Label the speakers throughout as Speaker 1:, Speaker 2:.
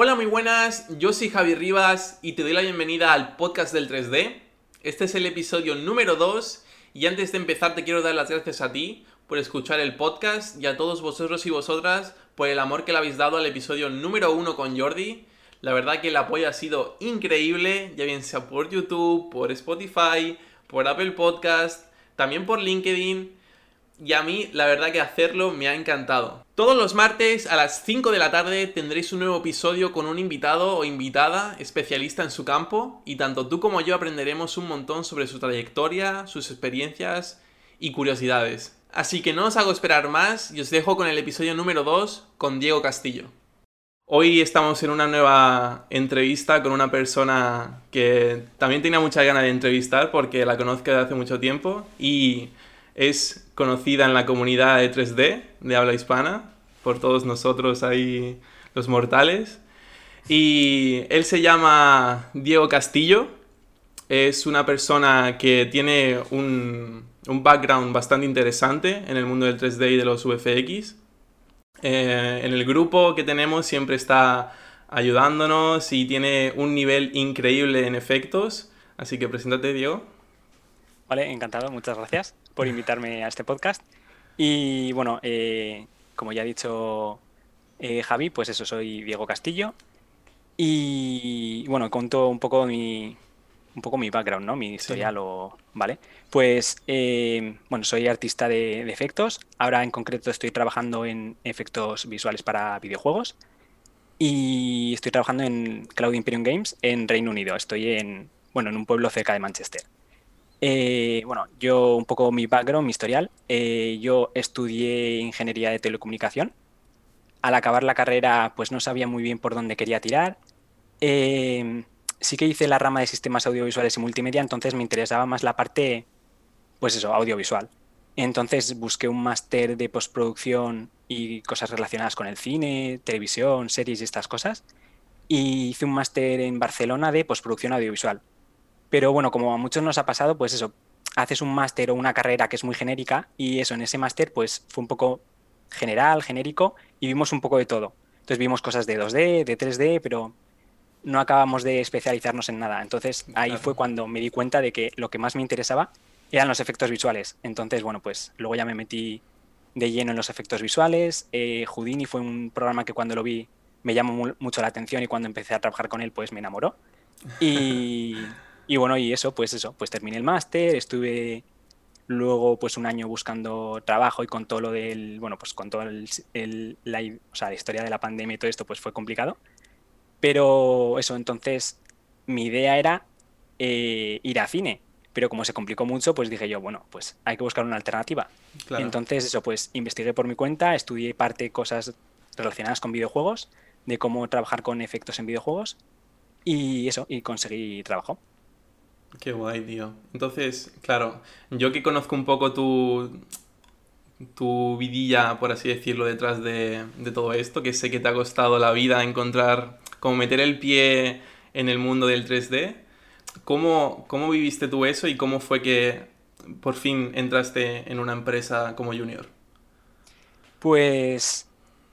Speaker 1: Hola, muy buenas, yo soy Javi Rivas y te doy la bienvenida al podcast del 3D. Este es el episodio número 2 y antes de empezar te quiero dar las gracias a ti por escuchar el podcast y a todos vosotros y vosotras por el amor que le habéis dado al episodio número 1 con Jordi. La verdad que el apoyo ha sido increíble, ya bien sea por YouTube, por Spotify, por Apple Podcast, también por LinkedIn. Y a mí, la verdad que hacerlo me ha encantado. Todos los martes a las 5 de la tarde tendréis un nuevo episodio con un invitado o invitada especialista en su campo y tanto tú como yo aprenderemos un montón sobre su trayectoria, sus experiencias y curiosidades. Así que no os hago esperar más y os dejo con el episodio número 2 con Diego Castillo. Hoy estamos en una nueva entrevista con una persona que también tenía mucha ganas de entrevistar porque la conozco desde hace mucho tiempo y es conocida en la comunidad de 3D de habla hispana por todos nosotros ahí los mortales. Y él se llama Diego Castillo. Es una persona que tiene un background bastante interesante en el mundo del 3D y de los VFX. En el grupo que tenemos siempre está ayudándonos y tiene un nivel increíble en efectos. Así que preséntate, Diego.
Speaker 2: Vale, encantado, muchas gracias por invitarme a este podcast. Y bueno, como ya ha dicho Javi, pues eso, soy Diego Castillo. Y bueno, cuento un poco mi background, ¿no? Mi
Speaker 1: Sí.
Speaker 2: historial, ¿vale? Pues bueno, soy artista de efectos. Ahora en concreto estoy trabajando en efectos visuales para videojuegos. Y estoy trabajando en Cloud Imperium Games en Reino Unido. Estoy en un pueblo cerca de Manchester. Bueno, yo un poco mi background, mi historial. Yo estudié ingeniería de telecomunicación. Al acabar la carrera, pues no sabía muy bien por dónde quería tirar. Eh, sí que hice la rama de sistemas audiovisuales y multimedia, entonces me interesaba más la parte, pues eso, audiovisual. Entonces busqué un máster de postproducción y cosas relacionadas con el cine, televisión, series y estas cosas. Y hice un máster en Barcelona de postproducción audiovisual. Pero bueno, como a muchos nos ha pasado, pues eso, haces un máster o una carrera que es muy genérica y eso, en ese máster pues fue un poco general, genérico y vimos un poco de todo. Entonces vimos cosas de 2D, de 3D, pero no acabamos de especializarnos en nada. Entonces ahí
Speaker 1: Claro.
Speaker 2: fue cuando me di cuenta de que lo que más me interesaba eran los efectos visuales. Entonces, bueno, pues luego ya me metí de lleno en los efectos visuales. Houdini fue un programa que cuando lo vi me llamó mucho la atención y cuando empecé a trabajar con él pues me enamoró. Y bueno, y eso, pues terminé el máster, estuve luego pues un año buscando trabajo y con todo lo del, bueno, pues con todo o sea, la historia de la pandemia y todo esto pues fue complicado. Pero eso, entonces mi idea era ir a cine, pero como se complicó mucho, pues dije yo, bueno, pues hay que buscar una alternativa.
Speaker 1: Claro.
Speaker 2: Entonces eso, pues investigué por mi cuenta, estudié parte cosas relacionadas con videojuegos, de cómo trabajar con efectos en videojuegos y eso, y conseguí trabajo.
Speaker 1: Qué guay, tío. Entonces, claro, yo que conozco un poco tu vidilla, por así decirlo, detrás de todo esto, que sé que te ha costado la vida encontrar, como meter el pie en el mundo del 3D, ¿cómo viviste tú eso y cómo fue que por fin entraste en una empresa como junior?
Speaker 2: Pues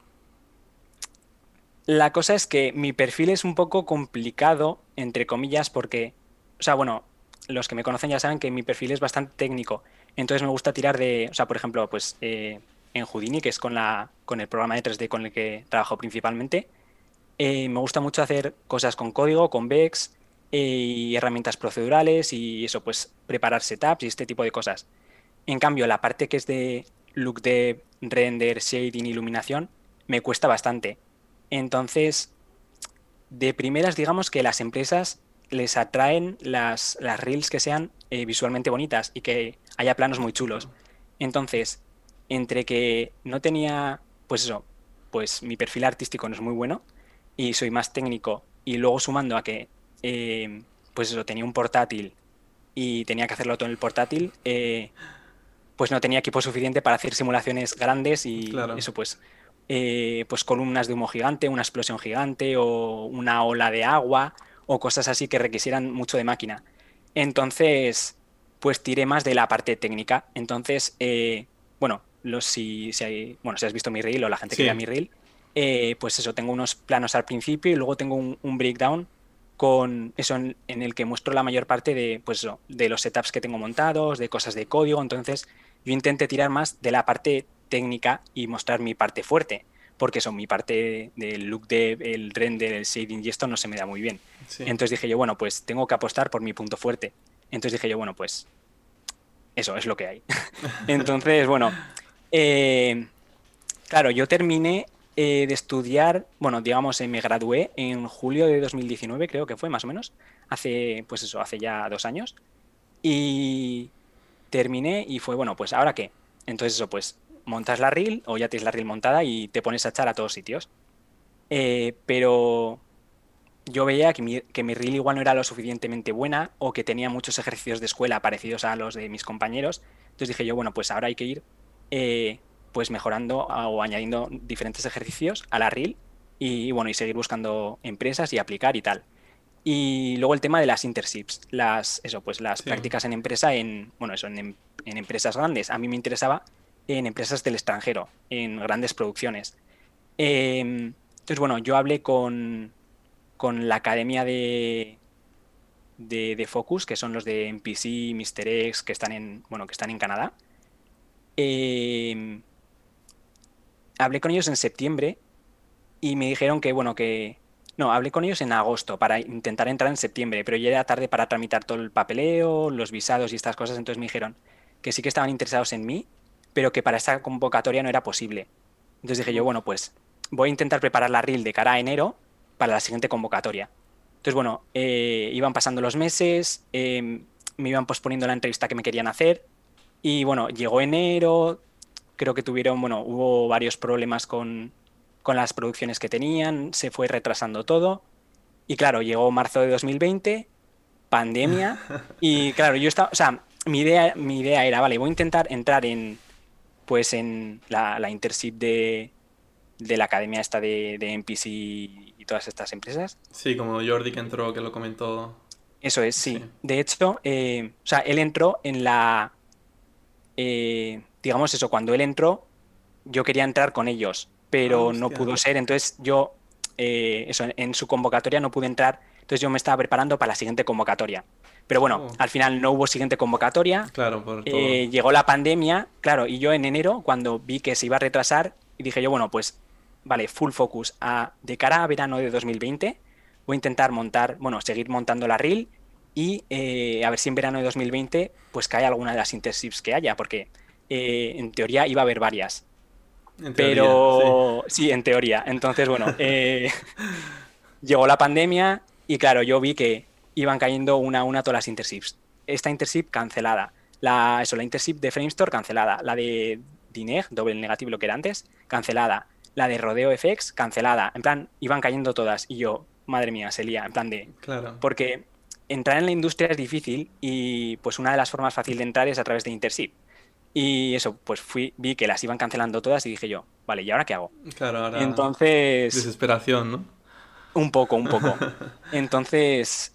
Speaker 2: la cosa es que mi perfil es un poco complicado, entre comillas, porque, o sea, bueno, los que me conocen ya saben que mi perfil es bastante técnico. Entonces me gusta tirar de, o sea, por ejemplo, pues en Houdini, que es con el programa de 3D con el que trabajo principalmente, me gusta mucho hacer cosas con código, con Vex y herramientas procedurales y eso, pues preparar setups y este tipo de cosas. En cambio, la parte que es de look de render, shading, iluminación, me cuesta bastante. Entonces, de primeras, digamos que las empresas les atraen las reels que sean visualmente bonitas y que haya planos muy chulos. Entonces, entre que no tenía, pues eso, pues mi perfil artístico no es muy bueno y soy más técnico y luego sumando a que, pues eso, tenía un portátil y tenía que hacerlo todo en el portátil, pues no tenía equipo suficiente para hacer simulaciones grandes y
Speaker 1: Claro.
Speaker 2: eso pues columnas de humo gigante, una explosión gigante o una ola de agua o cosas así que requisieran mucho de máquina. Entonces, pues tiré más de la parte técnica. Entonces, bueno, si has visto mi reel o la gente que vea
Speaker 1: Sí,
Speaker 2: mi reel, pues eso, tengo unos planos al principio y luego tengo un breakdown con eso en el que muestro la mayor parte de, pues eso, de los setups que tengo montados, de cosas de código. Entonces yo intenté tirar más de la parte técnica y mostrar mi parte fuerte, porque eso, mi parte del look dev, el render, el shading y esto no se me da muy bien.
Speaker 1: Sí.
Speaker 2: Entonces dije yo, bueno, pues tengo que apostar por mi punto fuerte. Entonces dije yo, bueno, pues eso es lo que hay. Entonces, bueno, eh, claro, yo terminé de estudiar, bueno, digamos, me gradué en julio de 2019, creo que fue más o menos, hace, pues eso, hace ya 2 años, y terminé y fue, bueno, pues ¿ahora qué? Entonces eso, pues montas la reel o ya tienes la reel montada y te pones a echar a todos sitios. Pero yo veía que mi reel igual no era lo suficientemente buena o que tenía muchos ejercicios de escuela parecidos a los de mis compañeros. Entonces dije yo, bueno, pues ahora hay que ir pues mejorando o añadiendo diferentes ejercicios a la reel y bueno, y seguir buscando empresas y aplicar y tal. Y luego el tema de las internships, las
Speaker 1: Sí.
Speaker 2: prácticas en empresa bueno, eso, en empresas grandes. A mí me interesaba en empresas del extranjero, en grandes producciones. Entonces, bueno, yo hablé con la academia de Focus, que son los de MPC, Mr. X, bueno, que están en Canadá. Eh, Hablé con ellos en septiembre y me dijeron que, bueno, que... No, hablé con ellos en agosto para intentar entrar en septiembre, pero ya era tarde para tramitar todo el papeleo, los visados y estas cosas, entonces me dijeron que sí que estaban interesados en mí, pero que para esta convocatoria no era posible. Entonces dije yo,
Speaker 1: Uf.
Speaker 2: bueno, pues voy a intentar preparar la reel de cara a enero para la siguiente convocatoria. Entonces, bueno, iban pasando los meses, me iban posponiendo la entrevista que me querían hacer y bueno, llegó enero, creo que bueno, hubo varios problemas con las producciones que tenían, se fue retrasando todo y claro, llegó marzo de 2020, pandemia y claro, yo estaba, o sea, mi idea era, vale, voy a intentar entrar pues en la internship de la academia esta de NPC y todas estas empresas.
Speaker 1: Sí, como Jordi que entró, que lo comentó.
Speaker 2: Eso es,
Speaker 1: Sí.
Speaker 2: sí. De hecho, o sea, él entró digamos eso, cuando él entró, yo quería entrar con ellos,
Speaker 1: Ah,
Speaker 2: pero no
Speaker 1: hostia.
Speaker 2: pudo ser, entonces yo, eso, en su convocatoria no pude entrar, entonces yo me estaba preparando para la siguiente convocatoria. Pero bueno,
Speaker 1: Oh,
Speaker 2: al final no hubo siguiente convocatoria,
Speaker 1: claro, por todo.
Speaker 2: llegó la pandemia, claro, y yo en enero, cuando vi que se iba a retrasar, y dije yo, bueno, pues vale, full focus de cara a verano de 2020, voy a intentar bueno, seguir montando la reel y a ver si en verano de 2020 pues cae alguna de las internships que haya, porque en teoría iba a haber varias.
Speaker 1: En teoría, sí.
Speaker 2: Pero sí, en teoría. Entonces, bueno, llegó la pandemia y claro, yo vi que iban cayendo una a una todas las internships. Esta internship cancelada. La internship de Framestore cancelada. La de Dineg, doble negativo lo que era antes, cancelada. La de Rodeo FX, cancelada. En plan, iban cayendo todas. Y yo, madre mía, se lía. En plan de...
Speaker 1: Claro.
Speaker 2: Porque entrar en la industria es difícil y pues una de las formas fáciles de entrar es a través de internship. Y eso, pues vi que las iban cancelando todas y dije yo, vale, ¿y ahora qué hago?
Speaker 1: Claro, ahora.
Speaker 2: Entonces,
Speaker 1: Desesperación, ¿no?
Speaker 2: un poco, un poco. Entonces,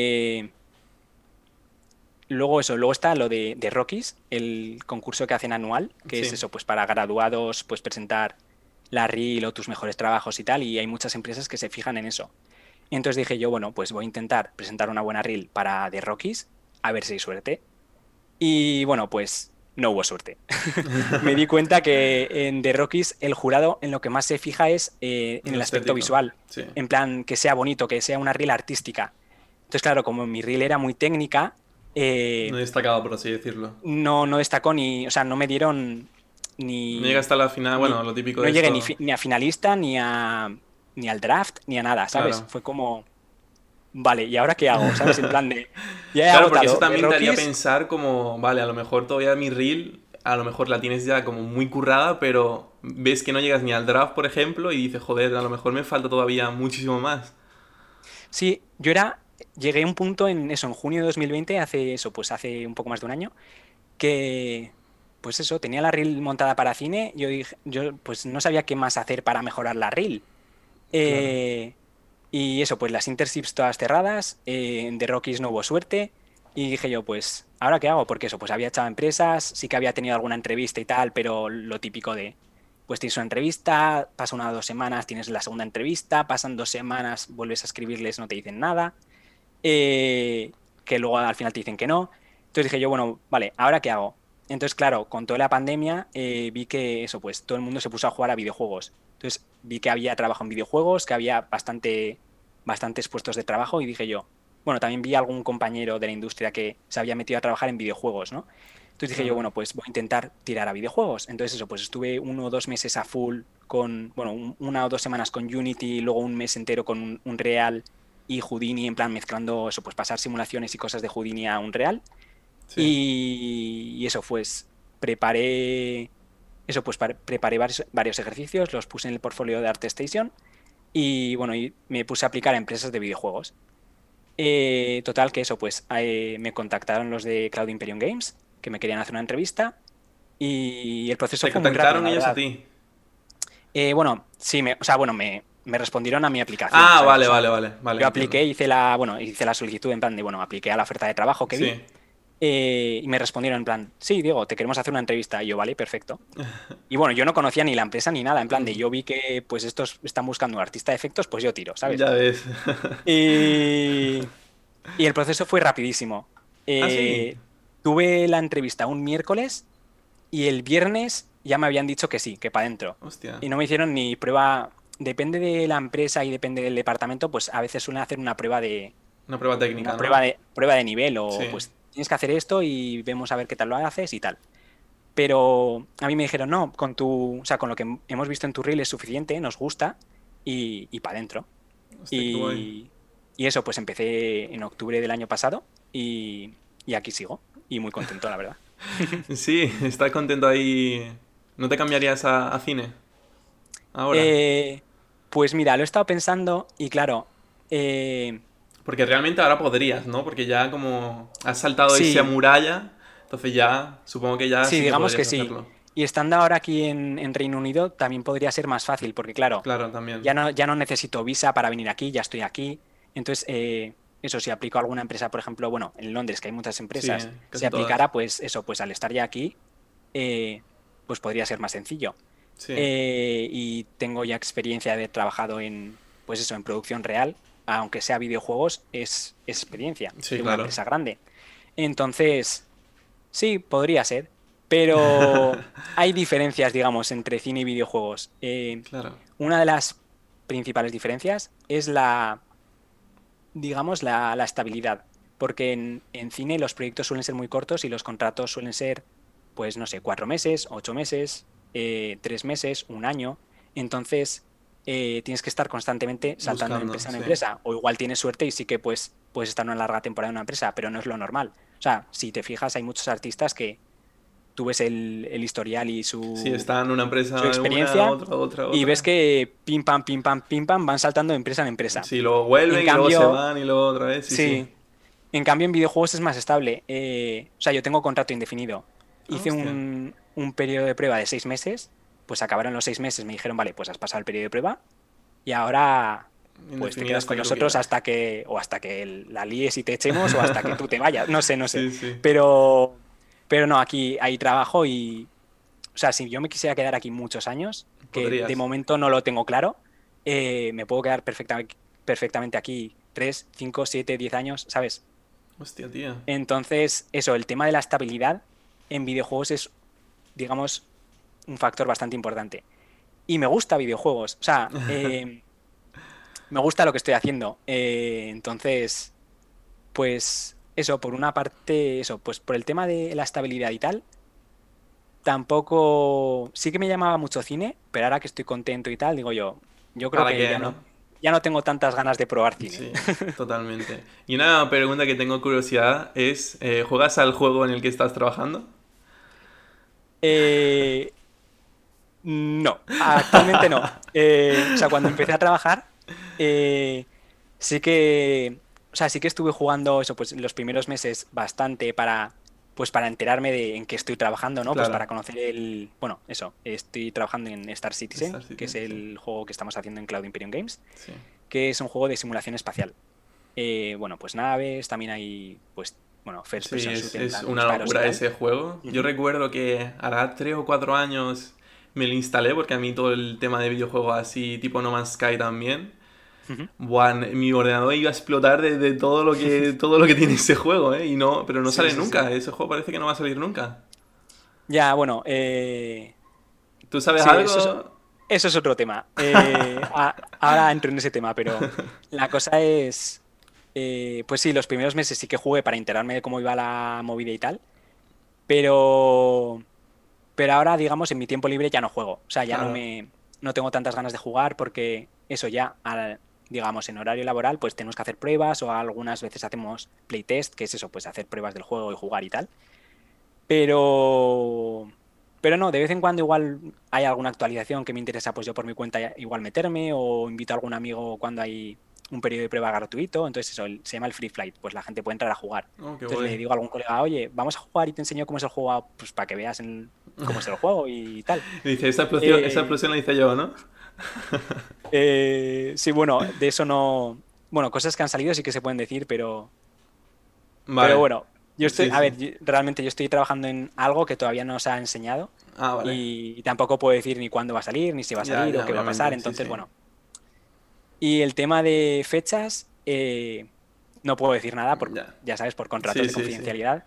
Speaker 2: luego está lo de Rockies, el concurso que hacen anual, que es
Speaker 1: Sí.
Speaker 2: eso, pues para graduados, pues presentar la reel o tus mejores trabajos y tal, y hay muchas empresas que se fijan en eso. Entonces dije yo, bueno, pues voy a intentar presentar una buena reel para The Rockies, a ver si hay suerte. Y bueno, pues no hubo suerte. Me di cuenta que en The Rockies el jurado en lo que más se fija es en
Speaker 1: El
Speaker 2: el aspecto
Speaker 1: estético.
Speaker 2: visual,
Speaker 1: Sí.
Speaker 2: en plan que sea bonito, que sea una reel artística. Entonces, claro, como mi reel era muy técnica,
Speaker 1: No
Speaker 2: eh,
Speaker 1: destacado, por así decirlo.
Speaker 2: no destacó o sea, no me dieron
Speaker 1: No llega
Speaker 2: ni,
Speaker 1: hasta la final, bueno, lo típico
Speaker 2: no
Speaker 1: de
Speaker 2: llegué
Speaker 1: esto.
Speaker 2: ni a finalista, ni al draft, ni a nada, ¿sabes?
Speaker 1: Claro.
Speaker 2: Fue como, vale, ¿y ahora qué hago? ¿Sabes? En plan de, ya he
Speaker 1: Claro, porque eso
Speaker 2: agotado The
Speaker 1: también te haría
Speaker 2: Rockies.
Speaker 1: pensar como, vale, a lo mejor todavía mi reel, a lo mejor la tienes ya como muy currada, pero ves que no llegas ni al draft, por ejemplo, y dices, joder, a lo mejor me falta todavía muchísimo más.
Speaker 2: Sí, llegué a un punto en eso, en junio de 2020, hace eso, pues hace un poco más de un año, que, pues eso, tenía la reel montada para cine, yo pues no sabía qué más hacer para mejorar la reel.
Speaker 1: Claro.
Speaker 2: Eh, y eso, pues las internships todas cerradas, en The Rockies no hubo suerte, y dije yo, pues, ¿ahora qué hago? Porque eso, pues había echado empresas, sí que había tenido alguna entrevista y tal, pero lo típico de pues tienes una entrevista, pasa 1 o 2 semanas, tienes la segunda entrevista, pasan 2 semanas, vuelves a escribirles, no te dicen nada, que luego al final te dicen que no. Entonces dije yo, bueno, vale, ¿ahora qué hago? Entonces, claro, con toda la pandemia vi que eso, pues todo el mundo se puso a jugar a videojuegos. Entonces vi que había trabajo en videojuegos, que había bastantes puestos de trabajo y dije yo, bueno, también vi a algún compañero de la industria que se había metido a trabajar en videojuegos, ¿no? Entonces dije yo,
Speaker 1: Claro.
Speaker 2: bueno, pues voy a intentar tirar a videojuegos. Entonces eso, pues estuve 1 o 2 meses a full con, bueno, 1 o 2 semanas con Unity, luego un mes entero con un Real y Houdini, en plan mezclando eso, pues pasar simulaciones y cosas de Houdini a un Real.
Speaker 1: Sí.
Speaker 2: Y eso, pues preparé, eso, pues preparé varios ejercicios, los puse en el portfolio de ArtStation y bueno, y me puse a aplicar a empresas de videojuegos. Total, que eso, pues me contactaron los de Cloud Imperium Games, que me querían hacer una entrevista y el proceso
Speaker 1: ¿Te
Speaker 2: fue muy rápido,
Speaker 1: contactaron
Speaker 2: la
Speaker 1: ellos a
Speaker 2: verdad.
Speaker 1: ti?
Speaker 2: Bueno, sí, o sea, bueno, me respondieron a mi aplicación,
Speaker 1: Ah,
Speaker 2: ¿sabes? O
Speaker 1: vale,
Speaker 2: sea,
Speaker 1: vale, vale. Vale,
Speaker 2: yo
Speaker 1: entiendo.
Speaker 2: apliqué, bueno, hice la solicitud en plan de, bueno, apliqué a la oferta de trabajo que vi
Speaker 1: Sí.
Speaker 2: y me respondieron en plan, sí, Diego, te queremos hacer una entrevista. Y yo, vale, perfecto. Y bueno, yo no conocía ni la empresa ni nada, en plan de,
Speaker 1: Mm,
Speaker 2: yo vi que pues estos están buscando un artista de efectos, pues yo tiro, ¿sabes?
Speaker 1: ya ves.
Speaker 2: Y, y el proceso fue rapidísimo.
Speaker 1: Ah, sí.
Speaker 2: Eh, Tuve la entrevista un miércoles y el viernes ya me habían dicho que sí, que para adentro.
Speaker 1: Hostia.
Speaker 2: Y no me hicieron ni prueba, depende de la empresa y depende del departamento, pues a veces suelen hacer
Speaker 1: Una prueba técnica,
Speaker 2: una
Speaker 1: ¿no?
Speaker 2: prueba de nivel o
Speaker 1: Sí.
Speaker 2: pues tienes que hacer esto y vemos a ver qué tal lo haces y tal. Pero a mí me dijeron, no, o sea, con lo que hemos visto en tu reel es suficiente, nos gusta y para adentro.
Speaker 1: Hostia, qué guay.
Speaker 2: Y, y eso, pues empecé en octubre del año pasado y aquí sigo. Y muy contento, la verdad.
Speaker 1: Sí, estás contento ahí. ¿No te cambiarías a cine ahora?
Speaker 2: Eh, pues mira, lo he estado pensando y claro, eh,
Speaker 1: Porque realmente ahora podrías, ¿no? Porque ya como has saltado esa
Speaker 2: sí,
Speaker 1: muralla, entonces ya supongo que ya
Speaker 2: sí,
Speaker 1: sí que
Speaker 2: digamos que
Speaker 1: podrías
Speaker 2: sí.
Speaker 1: hacerlo.
Speaker 2: Y estando ahora aquí en Reino Unido también podría ser más fácil, porque claro,
Speaker 1: Claro, también.
Speaker 2: ya no necesito visa para venir aquí, ya estoy aquí. Entonces, eso, si aplico a alguna empresa, por ejemplo, bueno, en Londres, que hay muchas
Speaker 1: Sí,
Speaker 2: empresas, si
Speaker 1: casi todas.
Speaker 2: aplicara, pues eso, pues al estar ya aquí, eh, pues podría ser más sencillo.
Speaker 1: Sí,
Speaker 2: Y tengo ya experiencia de haber trabajado pues eso, en producción real, aunque sea videojuegos, es experiencia
Speaker 1: sí,
Speaker 2: de una
Speaker 1: claro.
Speaker 2: empresa grande. Entonces, sí, podría ser, pero hay diferencias, digamos, entre cine y videojuegos.
Speaker 1: Claro.
Speaker 2: Una de las principales diferencias es digamos, la estabilidad, porque en cine los proyectos suelen ser muy cortos y los contratos suelen ser, pues, no sé, 4 meses, 8 meses, 3 meses, un año. Entonces, tienes que estar constantemente saltando de
Speaker 1: Buscando,
Speaker 2: empresa en
Speaker 1: sí.
Speaker 2: empresa, o igual tienes suerte y sí que puedes estar una larga temporada en una empresa, pero no es lo normal. O sea, si te fijas, hay muchos artistas que tú ves el historial y
Speaker 1: Sí,
Speaker 2: su,
Speaker 1: está en una
Speaker 2: su
Speaker 1: empresa, una,
Speaker 2: experiencia
Speaker 1: otra, otra,
Speaker 2: y ves
Speaker 1: otra.
Speaker 2: que pim pam, van saltando de empresa en empresa.
Speaker 1: Sí, luego
Speaker 2: En
Speaker 1: vuelven y luego se
Speaker 2: cambio,
Speaker 1: van y luego otra vez. Sí, sí.
Speaker 2: sí, en cambio en videojuegos es más estable. O sea, yo tengo contrato indefinido.
Speaker 1: Ah,
Speaker 2: Hice
Speaker 1: hostia.
Speaker 2: un periodo de prueba de 6 meses, pues acabaron los 6 meses, me dijeron, vale, pues has pasado el periodo de prueba y ahora pues te
Speaker 1: Indefinida
Speaker 2: quedas
Speaker 1: hasta
Speaker 2: con
Speaker 1: que tú
Speaker 2: nosotros
Speaker 1: quieras.
Speaker 2: hasta que la líes y te echemos o hasta que tú te vayas, no sé, no sé.
Speaker 1: Sí, sí.
Speaker 2: Pero, pero no, aquí hay trabajo y, o sea, si yo me quisiera quedar aquí muchos años, que de
Speaker 1: Podrías.
Speaker 2: momento no lo tengo claro, me puedo quedar perfectamente aquí 3 5 7 10 años, ¿sabes?
Speaker 1: Hostia, tía.
Speaker 2: Entonces, eso, el tema de la estabilidad en videojuegos es, digamos, un factor bastante importante. Y me gusta videojuegos, o sea, me gusta lo que estoy haciendo. Entonces, pues eso, por una parte, eso, pues por el tema de la estabilidad y tal, tampoco, sí que me llamaba mucho cine, pero ahora que estoy contento y tal, digo yo creo
Speaker 1: ¿Para
Speaker 2: que
Speaker 1: qué,
Speaker 2: ya
Speaker 1: no?
Speaker 2: ya no tengo tantas ganas de probar cine.
Speaker 1: Sí, totalmente. Y una pregunta que tengo curiosidad es, ¿juegas al juego en el que estás trabajando?
Speaker 2: Eh, no, actualmente no. O sea, cuando empecé a trabajar, eh, sí que, o sea, sí que estuve jugando eso, pues los primeros meses bastante pues para enterarme de en qué estoy trabajando, ¿no? Pues
Speaker 1: Claro.
Speaker 2: para conocer bueno, eso, estoy trabajando en Star Citizen,
Speaker 1: Star
Speaker 2: que es
Speaker 1: Citizen, sí.
Speaker 2: el juego que estamos haciendo en Cloud Imperium Games,
Speaker 1: Sí.
Speaker 2: que es un juego de simulación espacial. Bueno, pues naves, también hay, pues, bueno, first
Speaker 1: Sí,
Speaker 2: person
Speaker 1: es,
Speaker 2: shooter en
Speaker 1: es
Speaker 2: plan
Speaker 1: una
Speaker 2: disparos y
Speaker 1: locura
Speaker 2: tal.
Speaker 1: ese juego. Yo
Speaker 2: Ujú.
Speaker 1: recuerdo que hará 3 o 4 años me lo instalé porque a mí todo el tema de videojuegos así, tipo No Man's Sky también.
Speaker 2: Ujú.
Speaker 1: Buah, mi ordenador iba a explotar de todo lo que tiene ese juego, ¿eh? Y no, pero no
Speaker 2: Sí,
Speaker 1: sale
Speaker 2: sí, sí.
Speaker 1: nunca. Ese juego parece que no va a salir nunca.
Speaker 2: Ya, bueno,
Speaker 1: ¿Tú sabes
Speaker 2: sí,
Speaker 1: algo?
Speaker 2: eso es otro tema. Ahora entro en ese tema, pero la cosa es, pues sí, los primeros meses sí que jugué para enterarme de cómo iba la movida y tal, pero, pero ahora, digamos, en mi tiempo libre ya no juego. O sea, ya
Speaker 1: Claro.
Speaker 2: no tengo tantas ganas de jugar porque eso ya, digamos, en horario laboral, pues tenemos que hacer pruebas o algunas veces hacemos playtest, que es eso, pues hacer pruebas del juego y jugar y tal. Pero, pero no, de vez en cuando igual hay alguna actualización que me interesa, pues yo por mi cuenta igual meterme o invito a algún amigo cuando hay un periodo de prueba gratuito. Entonces eso, se llama el Free Flight, pues la gente puede entrar a jugar.
Speaker 1: Oh, qué
Speaker 2: Entonces le
Speaker 1: guay.
Speaker 2: digo a algún colega, oye, vamos a jugar y te enseño cómo es el juego, pues para que veas cómo es el juego y tal.
Speaker 1: Y dice, esa
Speaker 2: Eh,
Speaker 1: explosión la hice yo, ¿no?
Speaker 2: sí, bueno, de eso no... Bueno, cosas que han salido sí que se pueden decir, pero
Speaker 1: Vale.
Speaker 2: bueno, yo estoy,
Speaker 1: Sí,
Speaker 2: a
Speaker 1: sí.
Speaker 2: ver, realmente yo estoy trabajando en algo que todavía no se ha enseñado
Speaker 1: Ah, vale.
Speaker 2: y tampoco puedo decir ni cuándo va a salir, ni si va a
Speaker 1: Ya,
Speaker 2: salir o
Speaker 1: ya,
Speaker 2: qué va a pasar.
Speaker 1: obviamente. Sí,
Speaker 2: Entonces,
Speaker 1: sí.
Speaker 2: bueno. Y el tema de fechas, no puedo decir nada,
Speaker 1: Ya.
Speaker 2: ya sabes, por contratos
Speaker 1: Sí,
Speaker 2: de
Speaker 1: sí, sí.
Speaker 2: confidencialidad.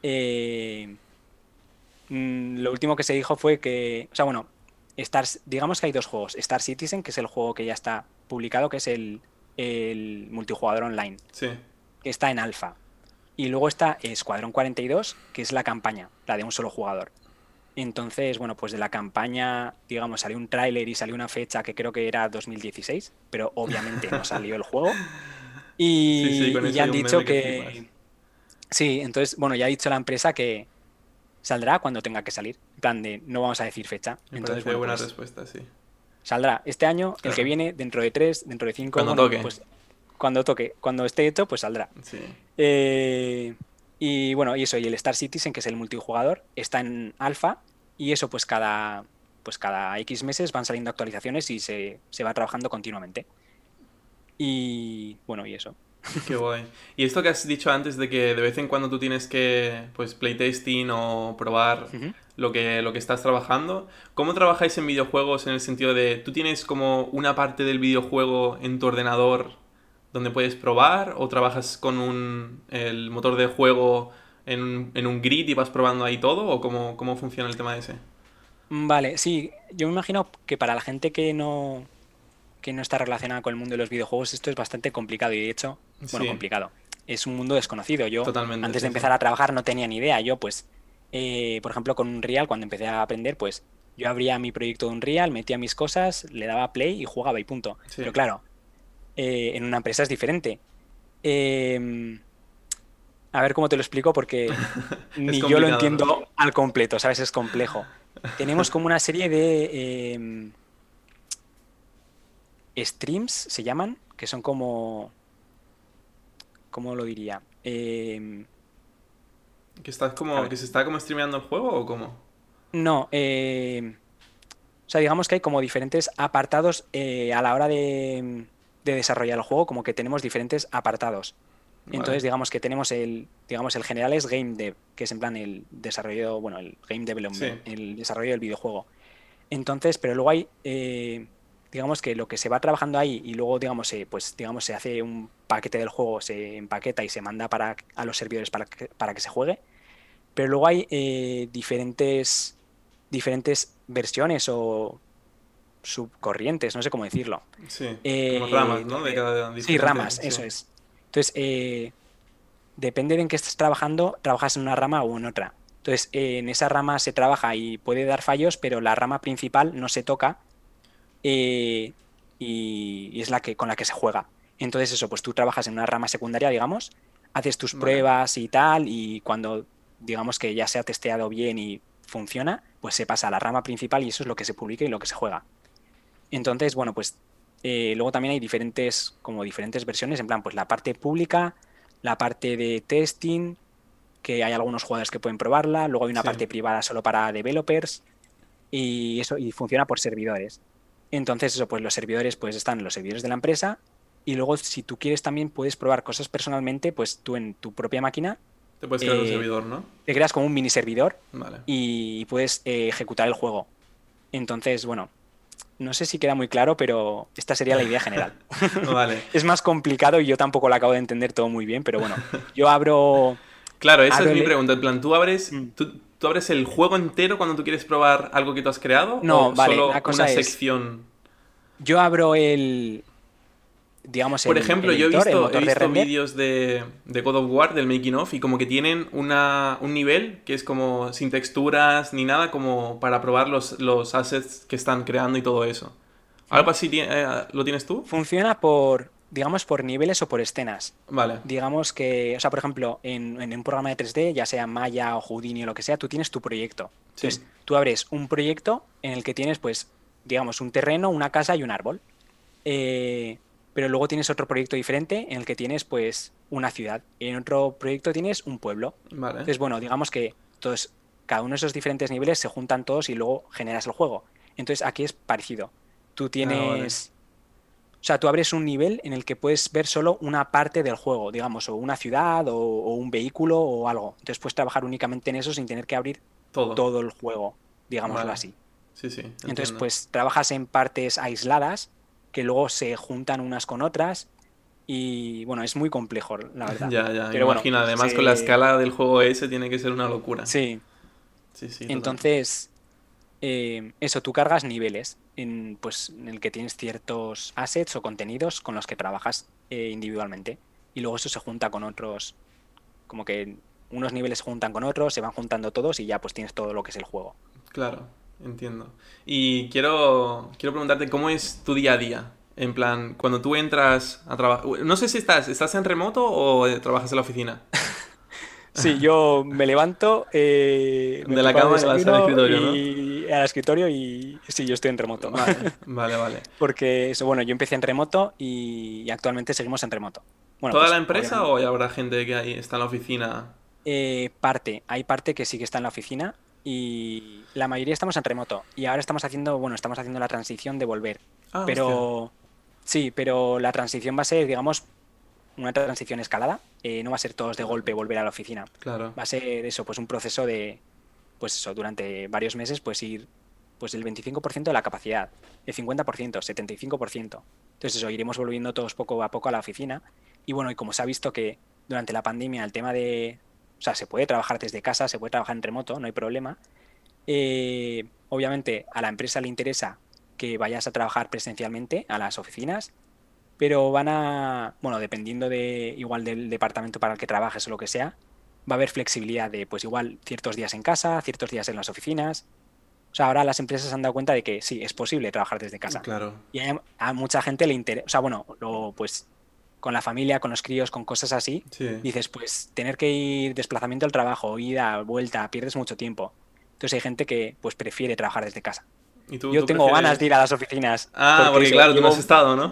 Speaker 2: Lo último que se dijo fue que, o sea, bueno, digamos que hay dos juegos. Star Citizen, que es el juego que ya está publicado, que es el multijugador online,
Speaker 1: Sí.
Speaker 2: que está en alfa. Y luego está Escuadrón 42, que es la campaña, la de un solo jugador. Entonces, bueno, pues de la campaña, digamos, salió un tráiler y salió una fecha que creo que era 2016, pero obviamente no salió el juego.
Speaker 1: Sí, sí, con
Speaker 2: Y
Speaker 1: eso
Speaker 2: ya
Speaker 1: hay
Speaker 2: han
Speaker 1: un
Speaker 2: dicho
Speaker 1: meme que flipas.
Speaker 2: que sí, entonces, bueno, ya ha dicho la empresa que saldrá cuando tenga que salir. En plan de, no vamos a decir fecha.
Speaker 1: Me
Speaker 2: Entonces,
Speaker 1: parece
Speaker 2: bueno,
Speaker 1: buena
Speaker 2: pues
Speaker 1: respuesta, sí.
Speaker 2: saldrá este año, el que
Speaker 1: Claro.
Speaker 2: viene, dentro de 3, dentro de 5,
Speaker 1: Cuando
Speaker 2: bueno,
Speaker 1: toque.
Speaker 2: pues cuando toque, cuando esté hecho, pues saldrá.
Speaker 1: Sí.
Speaker 2: Eh, y bueno, y eso, y el Star Citizen, que es el multijugador, está en alfa y eso pues cada X meses van saliendo actualizaciones y se va trabajando continuamente. Y bueno, y eso.
Speaker 1: Qué guay. Y esto que has dicho antes de que de vez en cuando tú tienes que, pues, playtesting o probar
Speaker 2: Ujú.
Speaker 1: lo que estás trabajando, ¿cómo trabajáis en videojuegos en el sentido de, tú tienes como una parte del videojuego en tu ordenador donde puedes probar o trabajas con el motor de juego en un grid y vas probando ahí todo o cómo funciona el tema ese?
Speaker 2: Vale, sí, yo me imagino que para la gente que no está relacionada con el mundo de los videojuegos esto es bastante complicado y de hecho, bueno,
Speaker 1: Sí,
Speaker 2: complicado. Es un mundo desconocido. Yo,
Speaker 1: totalmente,
Speaker 2: antes de
Speaker 1: sí, sí.
Speaker 2: empezar a trabajar, no tenía ni idea. Yo, pues, por ejemplo, con Unreal, cuando empecé a aprender, pues, yo abría mi proyecto de Unreal, metía mis cosas, le daba play y jugaba y punto.
Speaker 1: Sí.
Speaker 2: Pero claro, en una empresa es diferente. Eh, a ver cómo te lo explico, porque
Speaker 1: Es
Speaker 2: ni yo lo
Speaker 1: complicado, ¿no?
Speaker 2: entiendo al completo, ¿sabes? Es complejo. Tenemos como una serie de streams, se llaman, que son como, ¿cómo lo diría? A
Speaker 1: Que
Speaker 2: ver,
Speaker 1: se está como streameando el juego o cómo?
Speaker 2: no, o sea, digamos que hay como diferentes apartados a la hora de desarrollar el juego, como que tenemos diferentes apartados.
Speaker 1: Vale.
Speaker 2: Entonces, digamos que tenemos el general es Game Dev, que es en plan el desarrollo, bueno, el Game
Speaker 1: Sí.
Speaker 2: Development, el desarrollo del videojuego. Entonces, pero luego hay, digamos que lo que se va trabajando ahí y luego, digamos, pues, digamos, se hace un paquete del juego, se empaqueta y se manda a los servidores para que se juegue. Pero luego hay diferentes versiones o subcorrientes, no sé cómo decirlo.
Speaker 1: Sí. Como ramas, ¿no? De cada
Speaker 2: Sí,
Speaker 1: diferente.
Speaker 2: ramas,
Speaker 1: Sí.
Speaker 2: eso es. Entonces, depende de en qué estés trabajando, trabajas en una rama o en otra. Entonces, en esa rama se trabaja y puede dar fallos, pero la rama principal no se toca eh, y es con la que se juega. Entonces, eso, pues tú trabajas en una rama secundaria, digamos, haces tus
Speaker 1: Vale.
Speaker 2: pruebas y tal, y cuando digamos que ya se ha testeado bien y funciona, pues se pasa a la rama principal y eso es lo que se publica y lo que se juega. Entonces, bueno, pues luego también hay diferentes versiones, en plan, pues la parte pública, la parte de testing, que hay algunos jugadores que pueden probarla, luego hay una
Speaker 1: Sí.
Speaker 2: parte privada solo para developers y eso y funciona por servidores. Entonces, eso, pues los servidores, pues están los servidores de la empresa y luego si tú quieres también puedes probar cosas personalmente, pues tú en tu propia máquina
Speaker 1: Te puedes crear un
Speaker 2: eh,
Speaker 1: servidor, ¿no?
Speaker 2: te creas como un mini servidor
Speaker 1: Vale.
Speaker 2: y puedes ejecutar el juego. Entonces, bueno, no sé si queda muy claro, pero esta sería la idea general.
Speaker 1: Vale.
Speaker 2: Es más complicado y yo tampoco lo acabo de entender todo muy bien, pero bueno, yo abro,
Speaker 1: Claro, esa es
Speaker 2: abro
Speaker 1: mi
Speaker 2: el...
Speaker 1: pregunta. En plan, ¿tú abres,
Speaker 2: Mm.
Speaker 1: tú abres el juego entero cuando tú quieres probar algo que tú has creado
Speaker 2: No,
Speaker 1: o
Speaker 2: vale,
Speaker 1: solo
Speaker 2: la
Speaker 1: una
Speaker 2: cosa es,
Speaker 1: sección?
Speaker 2: yo abro el, digamos,
Speaker 1: Por
Speaker 2: el
Speaker 1: ejemplo, yo
Speaker 2: editor, el
Speaker 1: he
Speaker 2: motor de
Speaker 1: visto
Speaker 2: render.
Speaker 1: vídeos de God of War, del making of, y como que tienen un nivel que es como sin texturas ni nada, como para probar los assets que están creando y todo eso. ¿Algo
Speaker 2: Ujú.
Speaker 1: así lo tienes tú?
Speaker 2: Funciona por, digamos, por niveles o por escenas.
Speaker 1: Vale.
Speaker 2: Digamos que, o sea, por ejemplo, en un programa de 3D, ya sea Maya o Houdini o lo que sea, tú tienes tu proyecto.
Speaker 1: Sí.
Speaker 2: Entonces, tú abres un proyecto en el que tienes, pues, digamos, un terreno, una casa y un árbol. Eh, pero luego tienes otro proyecto diferente en el que tienes, pues, una ciudad. En otro proyecto tienes un pueblo.
Speaker 1: Vale.
Speaker 2: Entonces, bueno, digamos que todos, cada uno de esos diferentes niveles se juntan todos y luego generas el juego. Entonces, aquí es parecido. Tú
Speaker 1: Ah, vale.
Speaker 2: tienes, o sea, tú abres un nivel en el que puedes ver solo una parte del juego, digamos, o una ciudad o un vehículo o algo. Entonces puedes trabajar únicamente en eso sin tener que abrir
Speaker 1: Todo.
Speaker 2: todo el juego, digámoslo
Speaker 1: Vale.
Speaker 2: así.
Speaker 1: Sí, sí,
Speaker 2: Entonces,
Speaker 1: entiendo.
Speaker 2: pues trabajas en partes aisladas que luego se juntan unas con otras y bueno, es muy complejo, la verdad.
Speaker 1: Ya, ya, me
Speaker 2: Pero bueno,
Speaker 1: imagino. Además, con la escala del juego ese tiene que ser una locura.
Speaker 2: sí.
Speaker 1: Sí, sí, totalmente.
Speaker 2: Entonces, eso, tú cargas niveles en, pues, en el que tienes ciertos assets o contenidos con los que trabajas individualmente. Y luego eso se junta con otros, como que unos niveles se juntan con otros, se van juntando todos y ya pues tienes todo lo que es el juego.
Speaker 1: Claro, entiendo. Y quiero preguntarte cómo es tu día a día. En plan, cuando tú entras a trabajar. No sé si estás en remoto o trabajas en la oficina.
Speaker 2: Sí, yo me levanto, me
Speaker 1: De la
Speaker 2: preparo el
Speaker 1: cama y vas al
Speaker 2: desayuno
Speaker 1: escritorio, ¿no?
Speaker 2: y al escritorio y sí, yo estoy en remoto.
Speaker 1: Vale, vale, vale.
Speaker 2: Porque eso, bueno, yo empecé en remoto y actualmente seguimos en remoto. Bueno,
Speaker 1: ¿Toda la
Speaker 2: pues
Speaker 1: empresa
Speaker 2: obviamente
Speaker 1: o ya habrá gente que ahí está en la oficina?
Speaker 2: hay parte que sí que está en la oficina y la mayoría estamos en remoto. Y ahora estamos haciendo, bueno, estamos haciendo la transición de volver.
Speaker 1: Ah, hostia.
Speaker 2: Pero sí, pero la transición va a ser, digamos, una transición escalada. No va a ser todos de golpe volver a la oficina.
Speaker 1: Claro,
Speaker 2: Va a ser eso, pues un proceso de, pues eso, durante varios meses, pues ir pues el 25% de la capacidad, el 50%, 75%. Entonces eso, iremos volviendo todos poco a poco a la oficina. Y bueno, y como se ha visto que durante la pandemia el tema de, o sea, se puede trabajar desde casa, se puede trabajar en remoto, no hay problema. Obviamente a la empresa le interesa que vayas a trabajar presencialmente a las oficinas, pero van a, bueno, dependiendo de igual del departamento para el que trabajes o lo que sea, va a haber flexibilidad de, pues igual ciertos días en casa, ciertos días en las oficinas. O sea, ahora las empresas se han dado cuenta de que sí, es posible trabajar desde casa.
Speaker 1: claro.
Speaker 2: Y a mucha gente le interesa, o sea, bueno, pues con la familia, con los críos, con cosas así,
Speaker 1: Sí.
Speaker 2: dices, pues tener que ir desplazamiento al trabajo, ida, vuelta, pierdes mucho tiempo. Entonces hay gente que pues prefiere trabajar desde casa.
Speaker 1: ¿Y tú,
Speaker 2: Yo
Speaker 1: tú
Speaker 2: tengo ganas de ir
Speaker 1: prefieres...?
Speaker 2: a las oficinas,
Speaker 1: Ah,
Speaker 2: porque
Speaker 1: porque
Speaker 2: eso,
Speaker 1: claro, tú no has
Speaker 2: llevo,
Speaker 1: estado, ¿no?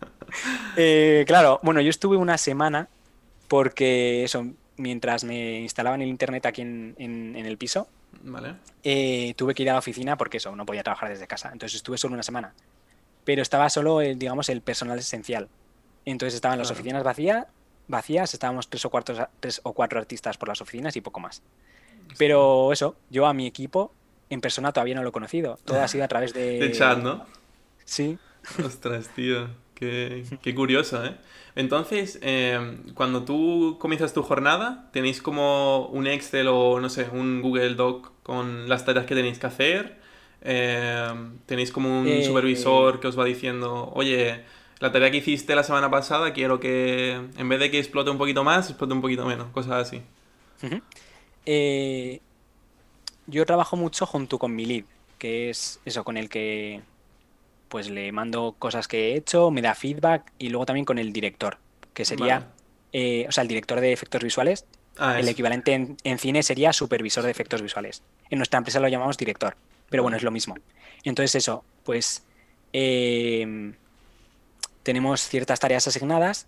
Speaker 2: claro, bueno, yo estuve una semana porque eso, mientras me instalaban el internet aquí en el piso,
Speaker 1: Vale.
Speaker 2: tuve que ir a la oficina porque eso, no podía trabajar desde casa. Entonces estuve solo una semana. Pero estaba solo, digamos, el personal esencial. Entonces estaban las
Speaker 1: Claro.
Speaker 2: oficinas vacías, estábamos tres o cuatro artistas por las oficinas y poco más.
Speaker 1: Hostia.
Speaker 2: Pero eso, yo a mi equipo en persona todavía no lo he conocido. Todo ha sido a través
Speaker 1: De chat,
Speaker 2: de...
Speaker 1: ¿no?
Speaker 2: Sí.
Speaker 1: Ostras, tío. Qué curioso, ¿eh? Entonces, cuando tú comienzas tu jornada, ¿tenéis como un Excel o, no sé, un Google Doc con las tareas que tenéis que hacer? ¿Tenéis como un
Speaker 2: Eh,
Speaker 1: supervisor que os va diciendo, oye, la tarea que hiciste la semana pasada, quiero que en vez de que explote un poquito más, explote un poquito menos? Cosas así.
Speaker 2: ujú. Eh, yo trabajo mucho junto con mi lead, que es eso, con el que pues le mando cosas que he hecho, me da feedback y luego también con el director, que
Speaker 1: Vale.
Speaker 2: sería, o sea, el director de efectos visuales.
Speaker 1: Ah,
Speaker 2: El
Speaker 1: eso.
Speaker 2: equivalente en cine sería supervisor de efectos visuales. En nuestra empresa lo llamamos director, pero bueno,
Speaker 1: Vale.
Speaker 2: es lo mismo. Entonces eso, pues em, tenemos ciertas tareas asignadas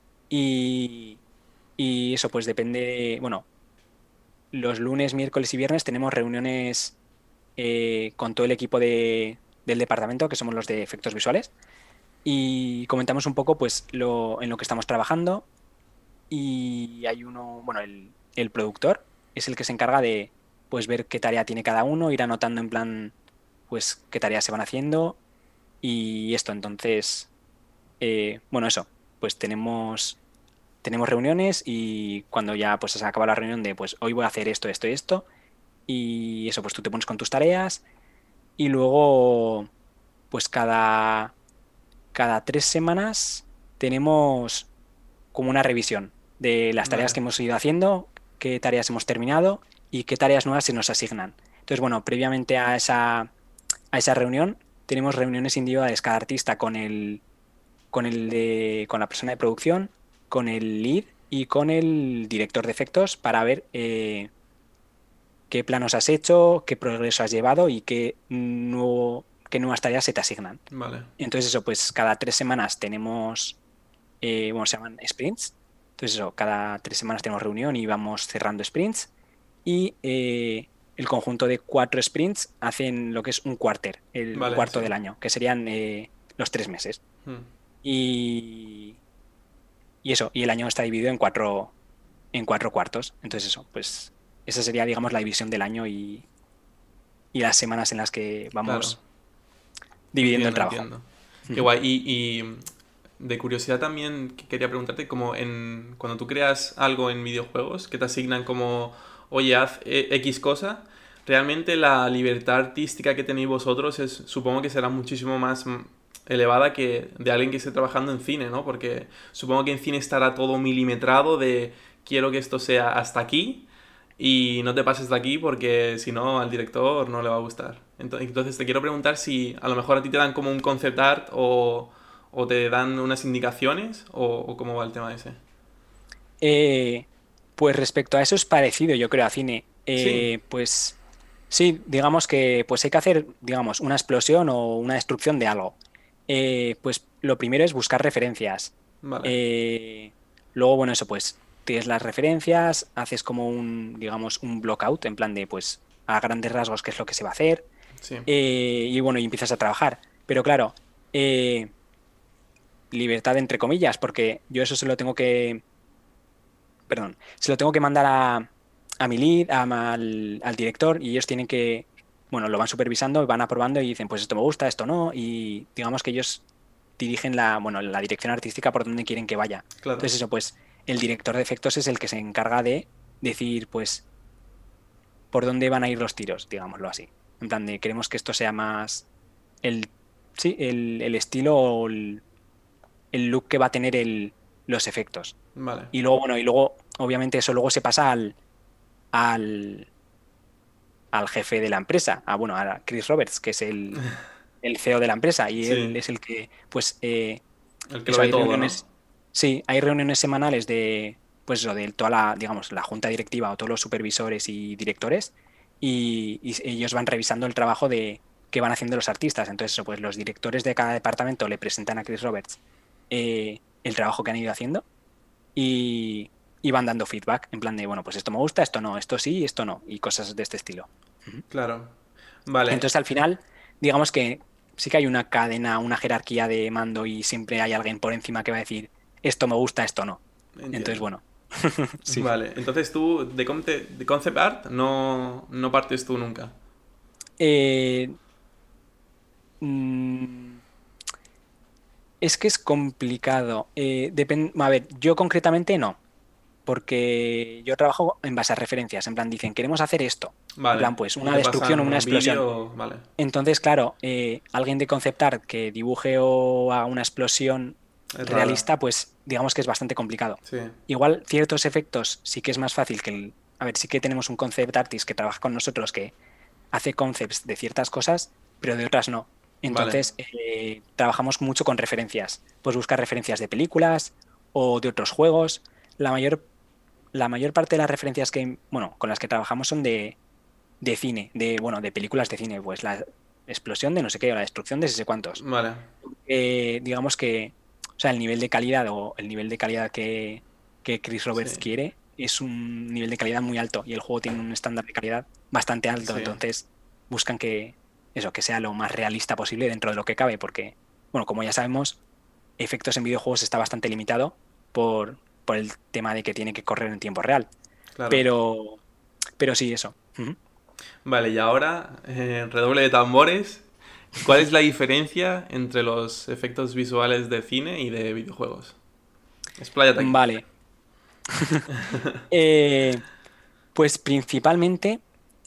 Speaker 2: y eso pues depende, bueno, los lunes, miércoles y viernes tenemos reuniones con todo el equipo del departamento, que somos los de efectos visuales, y comentamos un poco pues en lo que estamos trabajando y hay uno, bueno, el productor es el que se encarga de pues ver qué tarea tiene cada uno, ir anotando en plan pues qué tareas se van haciendo y esto. Entonces, bueno, eso, pues tenemos reuniones y cuando ya pues se acaba la reunión de pues hoy voy a hacer esto, esto y esto, y eso, pues tú te pones con tus tareas y luego pues cada 3 semanas tenemos como una revisión de las tareas
Speaker 1: Vale.
Speaker 2: que hemos ido haciendo, qué tareas hemos terminado y qué tareas nuevas se nos asignan. Entonces, bueno, previamente a esa reunión tenemos reuniones individuales cada artista con la persona de producción, con el lead y con el director de efectos para ver qué planos has hecho, qué progreso has llevado y qué nuevas tareas se te asignan.
Speaker 1: Vale.
Speaker 2: Entonces eso, pues cada 3 semanas tenemos, bueno, se llaman sprints. Entonces eso, cada 3 semanas tenemos reunión y vamos cerrando sprints. Y el conjunto de 4 sprints hacen lo que es un quarter, un
Speaker 1: Vale,
Speaker 2: cuarto
Speaker 1: sí.
Speaker 2: del año, que serían los 3 meses.
Speaker 1: Hmm.
Speaker 2: Y, y eso, y el año está dividido en cuatro cuartos. Entonces eso, pues esa sería, digamos, la división del año y las semanas en las que
Speaker 1: Claro.
Speaker 2: vamos dividiendo el
Speaker 1: Entiendo,
Speaker 2: trabajo.
Speaker 1: entiendo. Qué
Speaker 2: Ujú.
Speaker 1: guay. Y de curiosidad también quería preguntarte, como cuando tú creas algo en videojuegos, que te asignan como, oye, haz X cosa, realmente la libertad artística que tenéis vosotros supongo que será muchísimo más elevada que de alguien que esté trabajando en cine, ¿no? Porque supongo que en cine estará todo milimetrado de quiero que esto sea hasta aquí y no te pases de aquí porque si no al director no le va a gustar. Entonces te quiero preguntar si a lo mejor a ti te dan como un concept art o te dan unas indicaciones o cómo va el tema ese.
Speaker 2: Eh, pues respecto a eso es parecido, yo creo, a cine.
Speaker 1: Sí,
Speaker 2: Pues sí, digamos que pues hay que hacer, digamos, una explosión o una destrucción de algo. Pues lo primero es buscar referencias.
Speaker 1: vale.
Speaker 2: Eh, Luego, bueno, eso, pues tienes las referencias, haces como digamos, un blockout, en plan de, pues, a grandes rasgos qué es lo que se va a hacer.
Speaker 1: Sí,
Speaker 2: Y bueno, y empiezas a trabajar. Pero claro, libertad entre comillas, porque yo eso se lo tengo que mandar a mi lead, al director, y ellos tienen que, bueno, lo van supervisando, van aprobando y dicen, pues esto me gusta, esto no, y digamos que ellos dirigen la dirección artística por donde quieren que vaya.
Speaker 1: claro.
Speaker 2: Entonces eso, pues el director de efectos es el que se encarga de decir, pues, por dónde van a ir los tiros, digámoslo así. En plan de, queremos que esto sea más el, sí, el estilo o el look que va a tener los efectos.
Speaker 1: Vale.
Speaker 2: Y luego, bueno, obviamente, eso luego se pasa al, al jefe de la empresa, bueno, a Chris Roberts, que es el CEO de la empresa, y él
Speaker 1: Sí,
Speaker 2: es el que, pues,
Speaker 1: el que lo
Speaker 2: eso,
Speaker 1: ve
Speaker 2: hay
Speaker 1: todo, ¿no?
Speaker 2: reuniones, sí, hay reuniones semanales pues eso, de toda digamos, la junta directiva o todos los supervisores y directores, y ellos van revisando el trabajo que van haciendo los artistas. Entonces, eso, pues los directores de cada departamento le presentan a Chris Roberts el trabajo que han ido haciendo y van dando feedback en plan de, bueno, pues esto me gusta, esto no, esto sí, esto no, y cosas de este estilo. Ujú.
Speaker 1: Claro. Vale,
Speaker 2: Entonces, al final, digamos que sí que hay una cadena, una jerarquía de mando y siempre hay alguien por encima que va a decir, esto me gusta, esto no. Entonces,
Speaker 1: entiendo.
Speaker 2: bueno, sí.
Speaker 1: Vale, entonces tú de concept art no partes tú nunca.
Speaker 2: Eh, mm, es que es complicado. A ver, yo concretamente no. Porque yo trabajo en base a referencias, en plan dicen, queremos hacer esto, en
Speaker 1: Vale,
Speaker 2: plan pues
Speaker 1: y
Speaker 2: una
Speaker 1: te
Speaker 2: destrucción o
Speaker 1: pasan
Speaker 2: una
Speaker 1: un
Speaker 2: explosión.
Speaker 1: vídeo, vale.
Speaker 2: Entonces, claro, alguien de concept art que dibuje o haga una explosión
Speaker 1: Es raro.
Speaker 2: realista, pues digamos que es bastante complicado.
Speaker 1: Sí,
Speaker 2: Igual ciertos efectos sí que es más fácil a ver, sí que tenemos un concept artist que trabaja con nosotros que hace concepts de ciertas cosas, pero de otras no.
Speaker 1: vale.
Speaker 2: Entonces, trabajamos mucho con referencias. Pues buscar referencias de películas o de otros juegos. La mayor la mayor parte de las referencias bueno, con las que trabajamos son de cine, bueno, de películas de cine, pues la explosión de no sé qué, o la destrucción de no sé cuántos.
Speaker 1: Vale.
Speaker 2: Digamos que, o sea, el nivel de calidad o el nivel de calidad que Chris
Speaker 1: Sí,
Speaker 2: Roberts quiere es un nivel de calidad muy alto y el juego tiene un estándar de calidad bastante alto,
Speaker 1: sí,
Speaker 2: entonces buscan que sea lo más realista posible dentro de lo que cabe, porque, bueno, como ya sabemos, efectos en videojuegos está bastante limitado por el tema de que tiene que correr en tiempo real.
Speaker 1: claro.
Speaker 2: Pero, pero sí, eso. Ujú.
Speaker 1: Vale, y ahora, redoble de tambores. ¿Cuál es la diferencia entre los efectos visuales de cine y de videojuegos? Expláyate aquí.
Speaker 2: Vale. Eh, pues principalmente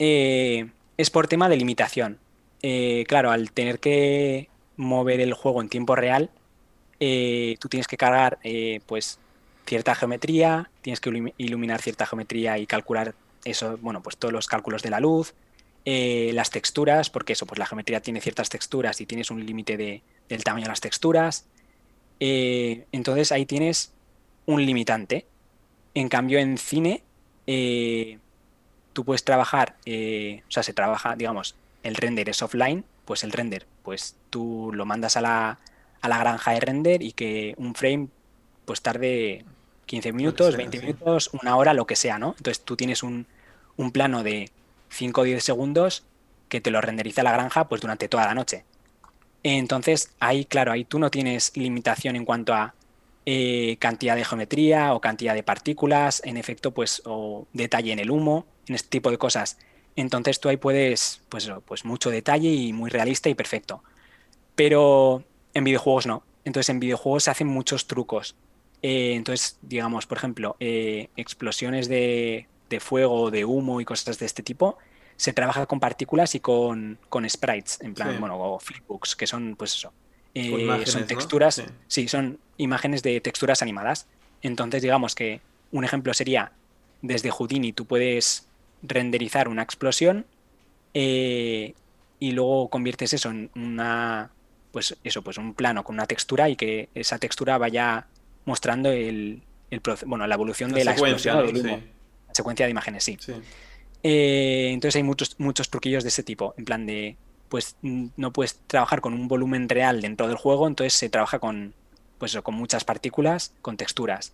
Speaker 2: es por tema de limitación. Claro, al tener que mover el juego en tiempo real, tú tienes que cargar pues cierta geometría, tienes que iluminar cierta geometría y calcular eso, bueno, pues todos los cálculos de la luz, las texturas, porque eso, pues la geometría tiene ciertas texturas y tienes un límite del tamaño de las texturas. Entonces ahí tienes un limitante. En cambio, en cine, eh, tú puedes trabajar, o sea, se trabaja, digamos, el render es offline, pues el render, pues tú lo mandas a la granja de render y que un frame pues tarde 15
Speaker 1: Lo que
Speaker 2: minutos,
Speaker 1: sea,
Speaker 2: 20
Speaker 1: sí.
Speaker 2: minutos, una hora, lo que sea, ¿no? Entonces tú tienes un plano de 5 o 10 segundos que te lo renderiza la granja pues durante toda la noche. Entonces, ahí, claro, ahí tú no tienes limitación en cuanto a cantidad de geometría o cantidad de partículas, en efecto, pues, o detalle en el humo, en este tipo de cosas. Entonces tú ahí puedes, pues, pues mucho detalle y muy realista y perfecto. Pero en videojuegos no. Entonces en videojuegos se hacen muchos trucos. Entonces, digamos, por ejemplo, explosiones de fuego, de humo y cosas de este tipo, se trabaja con partículas y con sprites, en
Speaker 1: Sí,
Speaker 2: plan, bueno, o flipbooks, que son, pues eso,
Speaker 1: con
Speaker 2: son
Speaker 1: imágenes, ¿no? Sí.
Speaker 2: texturas, sí, son imágenes de texturas animadas. Entonces, digamos que un ejemplo sería, desde Houdini tú puedes renderizar una explosión eh, y luego conviertes eso en pues eso, pues un plano con una textura y que esa textura vaya mostrando bueno, la evolución
Speaker 1: La
Speaker 2: de la
Speaker 1: secuencia,
Speaker 2: explosión o
Speaker 1: ¿no?
Speaker 2: del
Speaker 1: Sí,
Speaker 2: humo, la secuencia de imágenes, sí.
Speaker 1: sí.
Speaker 2: Entonces hay muchos truquillos de ese tipo, en plan de, pues no puedes trabajar con un volumen real dentro del juego, entonces se trabaja con, pues, eso, con muchas partículas, con texturas.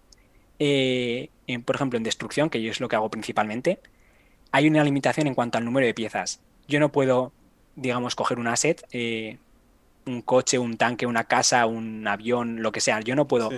Speaker 2: Por ejemplo, en destrucción, que yo es lo que hago principalmente, hay una limitación en cuanto al número de piezas. Yo no puedo, digamos, coger un asset, un coche, un tanque, una casa, un avión, lo que sea. Yo no
Speaker 1: Sí.
Speaker 2: puedo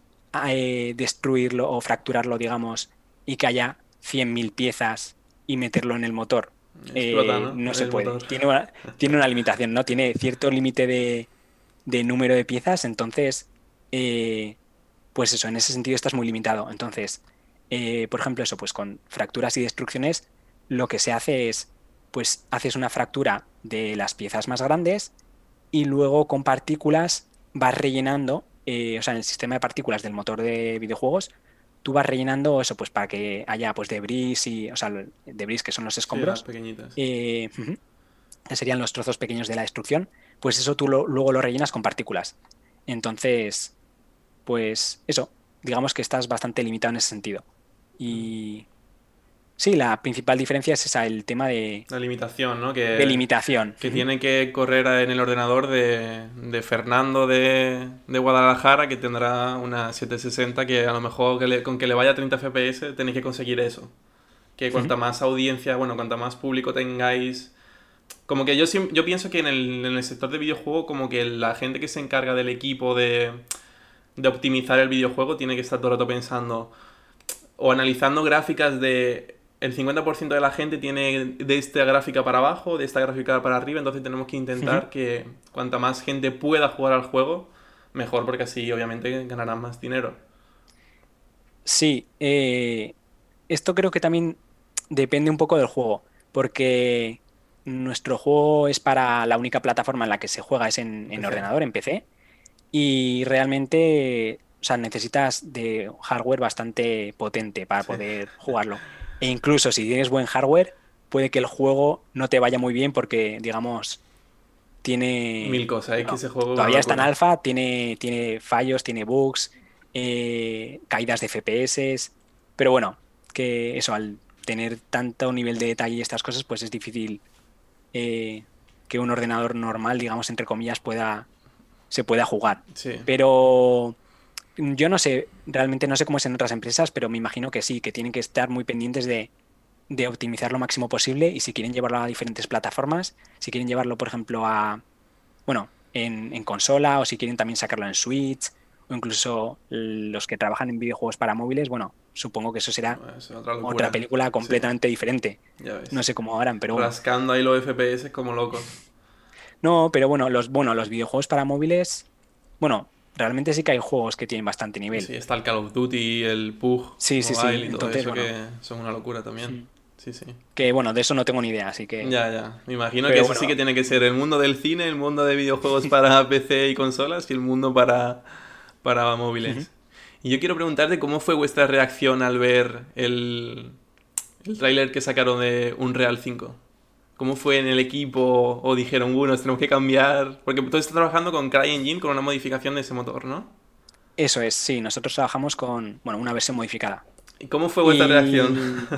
Speaker 2: destruirlo o fracturarlo, digamos, y que haya 100.000 piezas y meterlo en el motor.
Speaker 1: Explota, ¿no?
Speaker 2: No se
Speaker 1: El
Speaker 2: puede.
Speaker 1: motor.
Speaker 2: Tiene una limitación, ¿no? Tiene cierto límite de número de piezas, entonces, eh, pues eso, en ese sentido estás muy limitado. Entonces, por ejemplo, eso, pues con fracturas y destrucciones, lo que se hace es, pues haces una fractura de las piezas más grandes y luego con partículas vas rellenando, o sea, en el sistema de partículas del motor de videojuegos, tú vas rellenando eso, pues para que haya pues debris y, o sea, debris que son los
Speaker 1: Sí, las
Speaker 2: escombros,
Speaker 1: pequeñitas.
Speaker 2: ujú, que serían los trozos pequeños de la destrucción, pues eso tú luego lo rellenas con partículas. Entonces, pues eso, digamos que estás bastante limitado en ese sentido. Y sí, la principal diferencia es esa, el tema
Speaker 1: La limitación, ¿no?
Speaker 2: de limitación.
Speaker 1: Que
Speaker 2: Ujú.
Speaker 1: tiene que correr en el ordenador de Fernando de Guadalajara, que tendrá una 760, que a lo mejor con que le vaya a 30 FPS tenéis que conseguir eso. Que cuanta
Speaker 2: Ujú.
Speaker 1: más audiencia, bueno, cuanta más público tengáis. Como que yo pienso que en el sector de videojuego, como que la gente que se encarga del equipo de optimizar el videojuego tiene que estar todo el rato pensando o analizando gráficas de el 50% de la gente tiene de esta gráfica para abajo, de esta gráfica para arriba, entonces tenemos que
Speaker 2: Ujú.
Speaker 1: intentar que cuanta más gente pueda jugar al juego, mejor, porque así obviamente ganarán más dinero.
Speaker 2: Sí, esto creo que también depende un poco del juego, porque nuestro juego es para la única plataforma en la que se juega es en
Speaker 1: PC.
Speaker 2: ordenador, en PC, y realmente, o sea, necesitas de hardware bastante potente para
Speaker 1: Sí.
Speaker 2: poder jugarlo. E incluso si tienes buen hardware, puede que el juego no te vaya muy bien porque, digamos,
Speaker 1: Mil
Speaker 2: tiene,
Speaker 1: cosas, es que
Speaker 2: bueno,
Speaker 1: ese juego es una
Speaker 2: todavía está en
Speaker 1: locura.
Speaker 2: alfa, tiene fallos, tiene bugs, caídas de FPS, pero bueno, que eso, al tener tanto nivel de detalle y estas cosas, pues es difícil eh, que un ordenador normal, digamos, entre comillas, se pueda jugar.
Speaker 1: Sí.
Speaker 2: Pero yo no sé, realmente no sé cómo es en otras empresas, pero me imagino que sí, que tienen que estar muy pendientes de optimizar lo máximo posible y si quieren llevarlo a diferentes plataformas, si quieren llevarlo, por ejemplo, bueno, en consola o si quieren también sacarlo en Switch o incluso los que trabajan en videojuegos para móviles, bueno, supongo que eso será
Speaker 1: Es otra locura.
Speaker 2: otra película completamente diferente.
Speaker 1: Ya ves.
Speaker 2: No sé cómo harán, pero bueno.
Speaker 1: Rascando ahí los FPS como locos.
Speaker 2: No, pero bueno, los videojuegos para móviles, bueno, realmente sí que hay juegos que tienen bastante nivel.
Speaker 1: Sí, está el Call of Duty, el PUBG
Speaker 2: Sí, sí,
Speaker 1: Mobile
Speaker 2: sí.
Speaker 1: y todo
Speaker 2: Entonces,
Speaker 1: eso
Speaker 2: bueno,
Speaker 1: que son una locura también. Sí, sí.
Speaker 2: que bueno, de eso no tengo ni idea, así que...
Speaker 1: Ya, ya. Me imagino que
Speaker 2: Pero
Speaker 1: eso sí
Speaker 2: bueno,
Speaker 1: que tiene que ser el mundo del cine, el mundo de videojuegos para PC y consolas y el mundo para
Speaker 2: ujú.
Speaker 1: móviles. Y yo quiero preguntarte cómo fue vuestra reacción al ver el tráiler que sacaron de Unreal 5. ¿Cómo fue en el equipo? ¿O dijeron, nos tenemos que cambiar? Porque tú estás trabajando con CryEngine, con una modificación de ese motor, ¿no?
Speaker 2: Eso es, sí, nosotros trabajamos con, bueno, una versión modificada.
Speaker 1: ¿Y cómo fue vuestra reacción?
Speaker 2: Y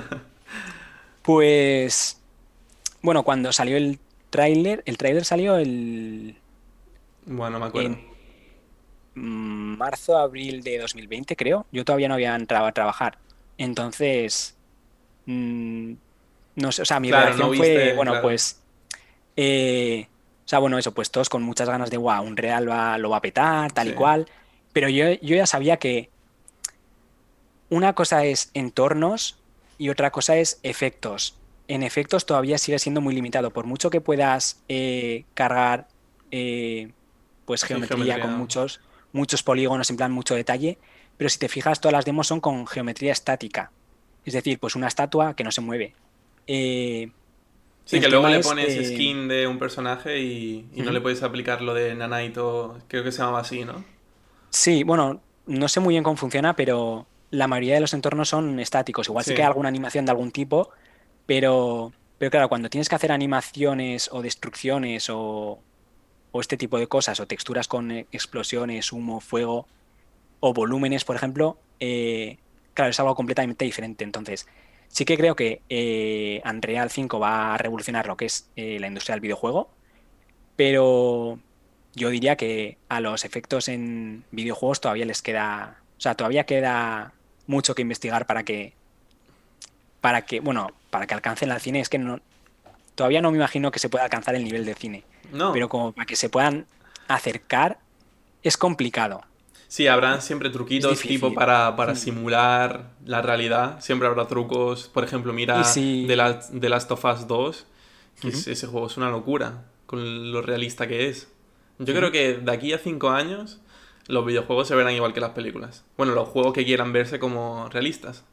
Speaker 2: pues, bueno, cuando salió el tráiler salió
Speaker 1: Bueno, me acuerdo.
Speaker 2: en marzo, abril de 2020, creo. Yo todavía no había entrado a trabajar. Entonces, mm, no sé, o sea, mi
Speaker 1: Claro, no
Speaker 2: reacción fue,
Speaker 1: viste,
Speaker 2: bueno,
Speaker 1: claro.
Speaker 2: pues, o sea, bueno, eso, pues todos con muchas ganas de, wow, Unreal lo va a petar, tal
Speaker 1: Sí,
Speaker 2: y cual. Pero yo ya sabía que una cosa es entornos y otra cosa es efectos. En efectos todavía sigue siendo muy limitado. Por mucho que puedas cargar pues
Speaker 1: sí,
Speaker 2: geometría con
Speaker 1: geometría.
Speaker 2: muchos polígonos, en plan mucho detalle, pero si te fijas, todas las demos son con geometría estática. Es decir, pues una estatua que no se mueve. Eh,
Speaker 1: Sí,
Speaker 2: el
Speaker 1: que luego
Speaker 2: tema
Speaker 1: le
Speaker 2: es,
Speaker 1: pones skin de un personaje y no
Speaker 2: ujú.
Speaker 1: le puedes aplicar lo de Nanite o creo que se llamaba así, ¿no?
Speaker 2: Sí, bueno, no sé muy bien cómo funciona, pero la mayoría de los entornos son estáticos. Igual sí que hay
Speaker 1: Sí,
Speaker 2: alguna animación de algún tipo, pero claro, cuando tienes que hacer animaciones o destrucciones o este tipo de cosas, o texturas con explosiones, humo, fuego, o volúmenes, por ejemplo, claro, es algo completamente diferente. Entonces, sí que creo que Unreal 5 va a revolucionar lo que es la industria del videojuego, pero yo diría que a los efectos en videojuegos todavía les queda, o sea, todavía queda mucho que investigar bueno, para que alcancen al cine. Es que no, todavía no me imagino que se pueda alcanzar el nivel de cine,
Speaker 1: no.
Speaker 2: pero como para que se puedan acercar es complicado,
Speaker 1: Sí, habrán siempre
Speaker 2: es
Speaker 1: truquitos tipo
Speaker 2: difícil.
Speaker 1: para
Speaker 2: Hmm.
Speaker 1: simular la realidad. Siempre habrá trucos. Por ejemplo,
Speaker 2: Y
Speaker 1: mira
Speaker 2: si...
Speaker 1: The Last of Us 2, que
Speaker 2: Ujú,
Speaker 1: ese juego es una locura con lo realista que es. Yo creo
Speaker 2: ujú.
Speaker 1: que de aquí a 5 años los videojuegos se verán igual que las películas. Bueno, los juegos que quieran verse como realistas.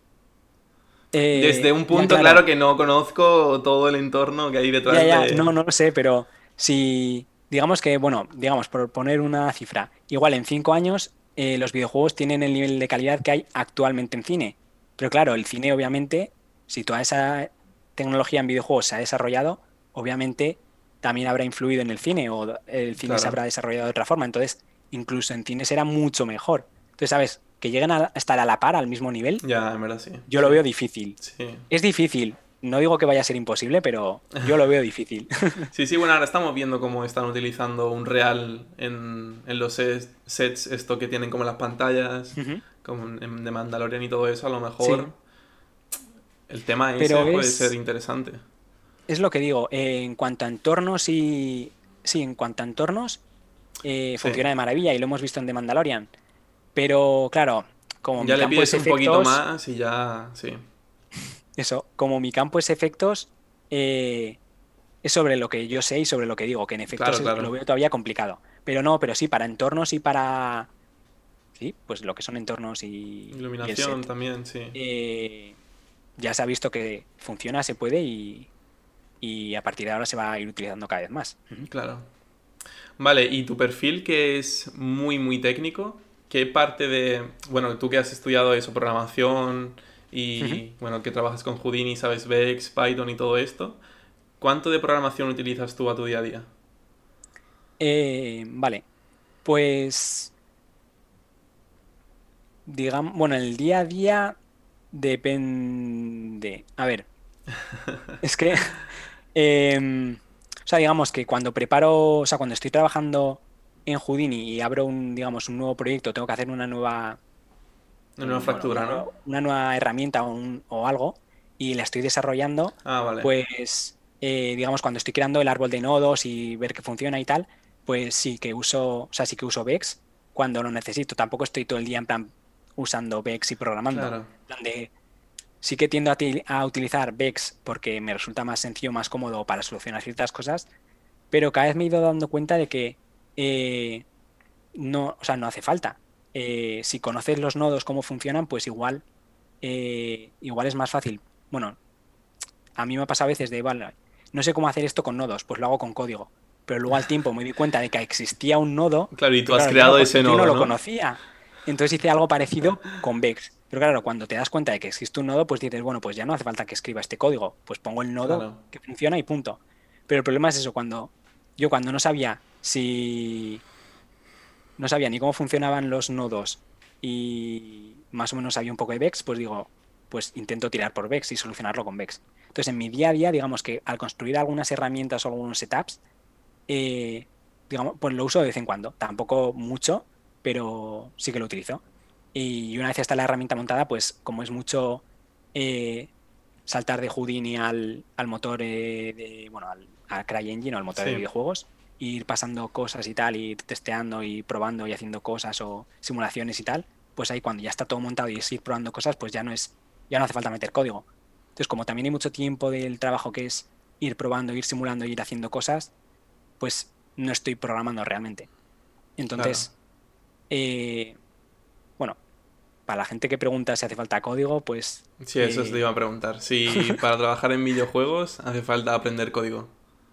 Speaker 1: Desde un
Speaker 2: Ya,
Speaker 1: punto, claro,
Speaker 2: claro,
Speaker 1: que no conozco todo el entorno que hay detrás
Speaker 2: ya,
Speaker 1: de...
Speaker 2: no lo sé, pero si, digamos que, bueno, digamos, por poner una cifra, igual en 5 años los videojuegos tienen el nivel de calidad que hay actualmente en cine. Pero claro, el cine, obviamente, si toda esa tecnología en videojuegos se ha desarrollado, obviamente también habrá influido en el cine o el cine se
Speaker 1: Claro.
Speaker 2: habrá desarrollado de otra forma. Entonces, incluso en cine será mucho mejor. Entonces, ¿sabes? Que lleguen a estar a la par, al mismo nivel,
Speaker 1: Ya, en verdad sí.
Speaker 2: yo lo
Speaker 1: Sí.
Speaker 2: veo difícil.
Speaker 1: Sí.
Speaker 2: Es difícil. No digo que vaya a ser imposible, pero yo lo veo difícil.
Speaker 1: Sí, sí, bueno, ahora estamos viendo cómo están utilizando un real en los sets, esto que tienen como las pantallas,
Speaker 2: Ujú.
Speaker 1: como de Mandalorian y todo eso, a lo
Speaker 2: Sí,
Speaker 1: mejor el tema ese
Speaker 2: pero
Speaker 1: puede ser interesante.
Speaker 2: es lo que digo, en cuanto a entornos y... Sí, en cuanto a entornos,
Speaker 1: Sí,
Speaker 2: funciona de maravilla y lo hemos visto en The Mandalorian. Pero claro, como
Speaker 1: ya
Speaker 2: mi
Speaker 1: le
Speaker 2: campo
Speaker 1: pides
Speaker 2: es
Speaker 1: un poquito
Speaker 2: efectos,
Speaker 1: más y ya, sí,
Speaker 2: eso, como mi campo es efectos, es sobre lo que yo sé y sobre lo que digo, que en efectos
Speaker 1: claro,
Speaker 2: lo
Speaker 1: claro.
Speaker 2: veo todavía complicado. Pero no, pero sí, para entornos y para... Sí, pues lo que son entornos y el
Speaker 1: Iluminación
Speaker 2: set.
Speaker 1: también, sí,
Speaker 2: eh, ya se ha visto que funciona, se puede y a partir de ahora se va a ir utilizando cada vez más. Ujú.
Speaker 1: claro. Vale, y tu perfil que es muy, muy técnico, ¿qué parte de, bueno, tú que has estudiado eso, programación
Speaker 2: Ujú.
Speaker 1: y, bueno, que trabajas con Houdini, sabes Vex, Python y todo esto, ¿cuánto de programación utilizas tú a tu día a día?
Speaker 2: Vale, pues digamos, bueno, el día a día depende. A ver, es que, o sea, digamos que cuando preparo, o sea, cuando estoy trabajando en Houdini y abro digamos, un nuevo proyecto, tengo que hacer
Speaker 1: Una nueva
Speaker 2: bueno,
Speaker 1: factura, ¿no?
Speaker 2: una nueva herramienta o algo y la estoy desarrollando,
Speaker 1: Ah, vale.
Speaker 2: pues, digamos, cuando estoy creando el árbol de nodos y ver que funciona y tal, pues sí que uso, o sea, sí que uso Vex cuando lo necesito. Tampoco estoy todo el día en plan usando Vex y programando.
Speaker 1: Claro.
Speaker 2: Donde sí que tiendo a utilizar Vex porque me resulta más sencillo, más cómodo para solucionar ciertas cosas, pero cada vez me he ido dando cuenta de que no, o sea, no hace falta. Si conoces los nodos, cómo funcionan, pues igual es más fácil. Bueno, a mí me pasa a veces de, vale, no sé cómo hacer esto con nodos, pues lo hago con código. Pero luego al tiempo me di cuenta de que existía un nodo,
Speaker 1: Claro, y tú
Speaker 2: pero
Speaker 1: has
Speaker 2: claro,
Speaker 1: creado ese
Speaker 2: yo no
Speaker 1: nodo,
Speaker 2: lo
Speaker 1: ¿no?
Speaker 2: conocía. Entonces hice algo parecido con Vex. Pero claro, cuando te das cuenta de que existe un nodo, pues dices, bueno, pues ya no hace falta que escriba este código, pues pongo el nodo
Speaker 1: Claro.
Speaker 2: que funciona y punto. Pero el problema es eso, cuando no sabía ni cómo funcionaban los nodos y más o menos sabía un poco de Vex, pues digo, pues intento tirar por Vex y solucionarlo con Vex. Entonces, en mi día a día, digamos que al construir algunas herramientas o algunos setups, eh, digamos, pues lo uso de vez en cuando. Tampoco mucho, pero sí que lo utilizo. Y una vez ya está la herramienta montada, pues como es mucho eh, saltar de Houdini al motor bueno, al CryEngine o al motor de
Speaker 1: Sí.
Speaker 2: videojuegos, ir pasando cosas y tal, ir testeando y probando y haciendo cosas o simulaciones y tal, pues ahí cuando ya está todo montado y es ir probando cosas, pues ya no hace falta meter código. Entonces, como también hay mucho tiempo del trabajo que es ir probando, ir simulando, ir haciendo cosas, pues no estoy programando realmente.
Speaker 1: Claro.
Speaker 2: Entonces, bueno, para la gente que pregunta si hace falta código, pues
Speaker 1: Sí, eso te iba a preguntar. Si para trabajar en videojuegos hace falta aprender código.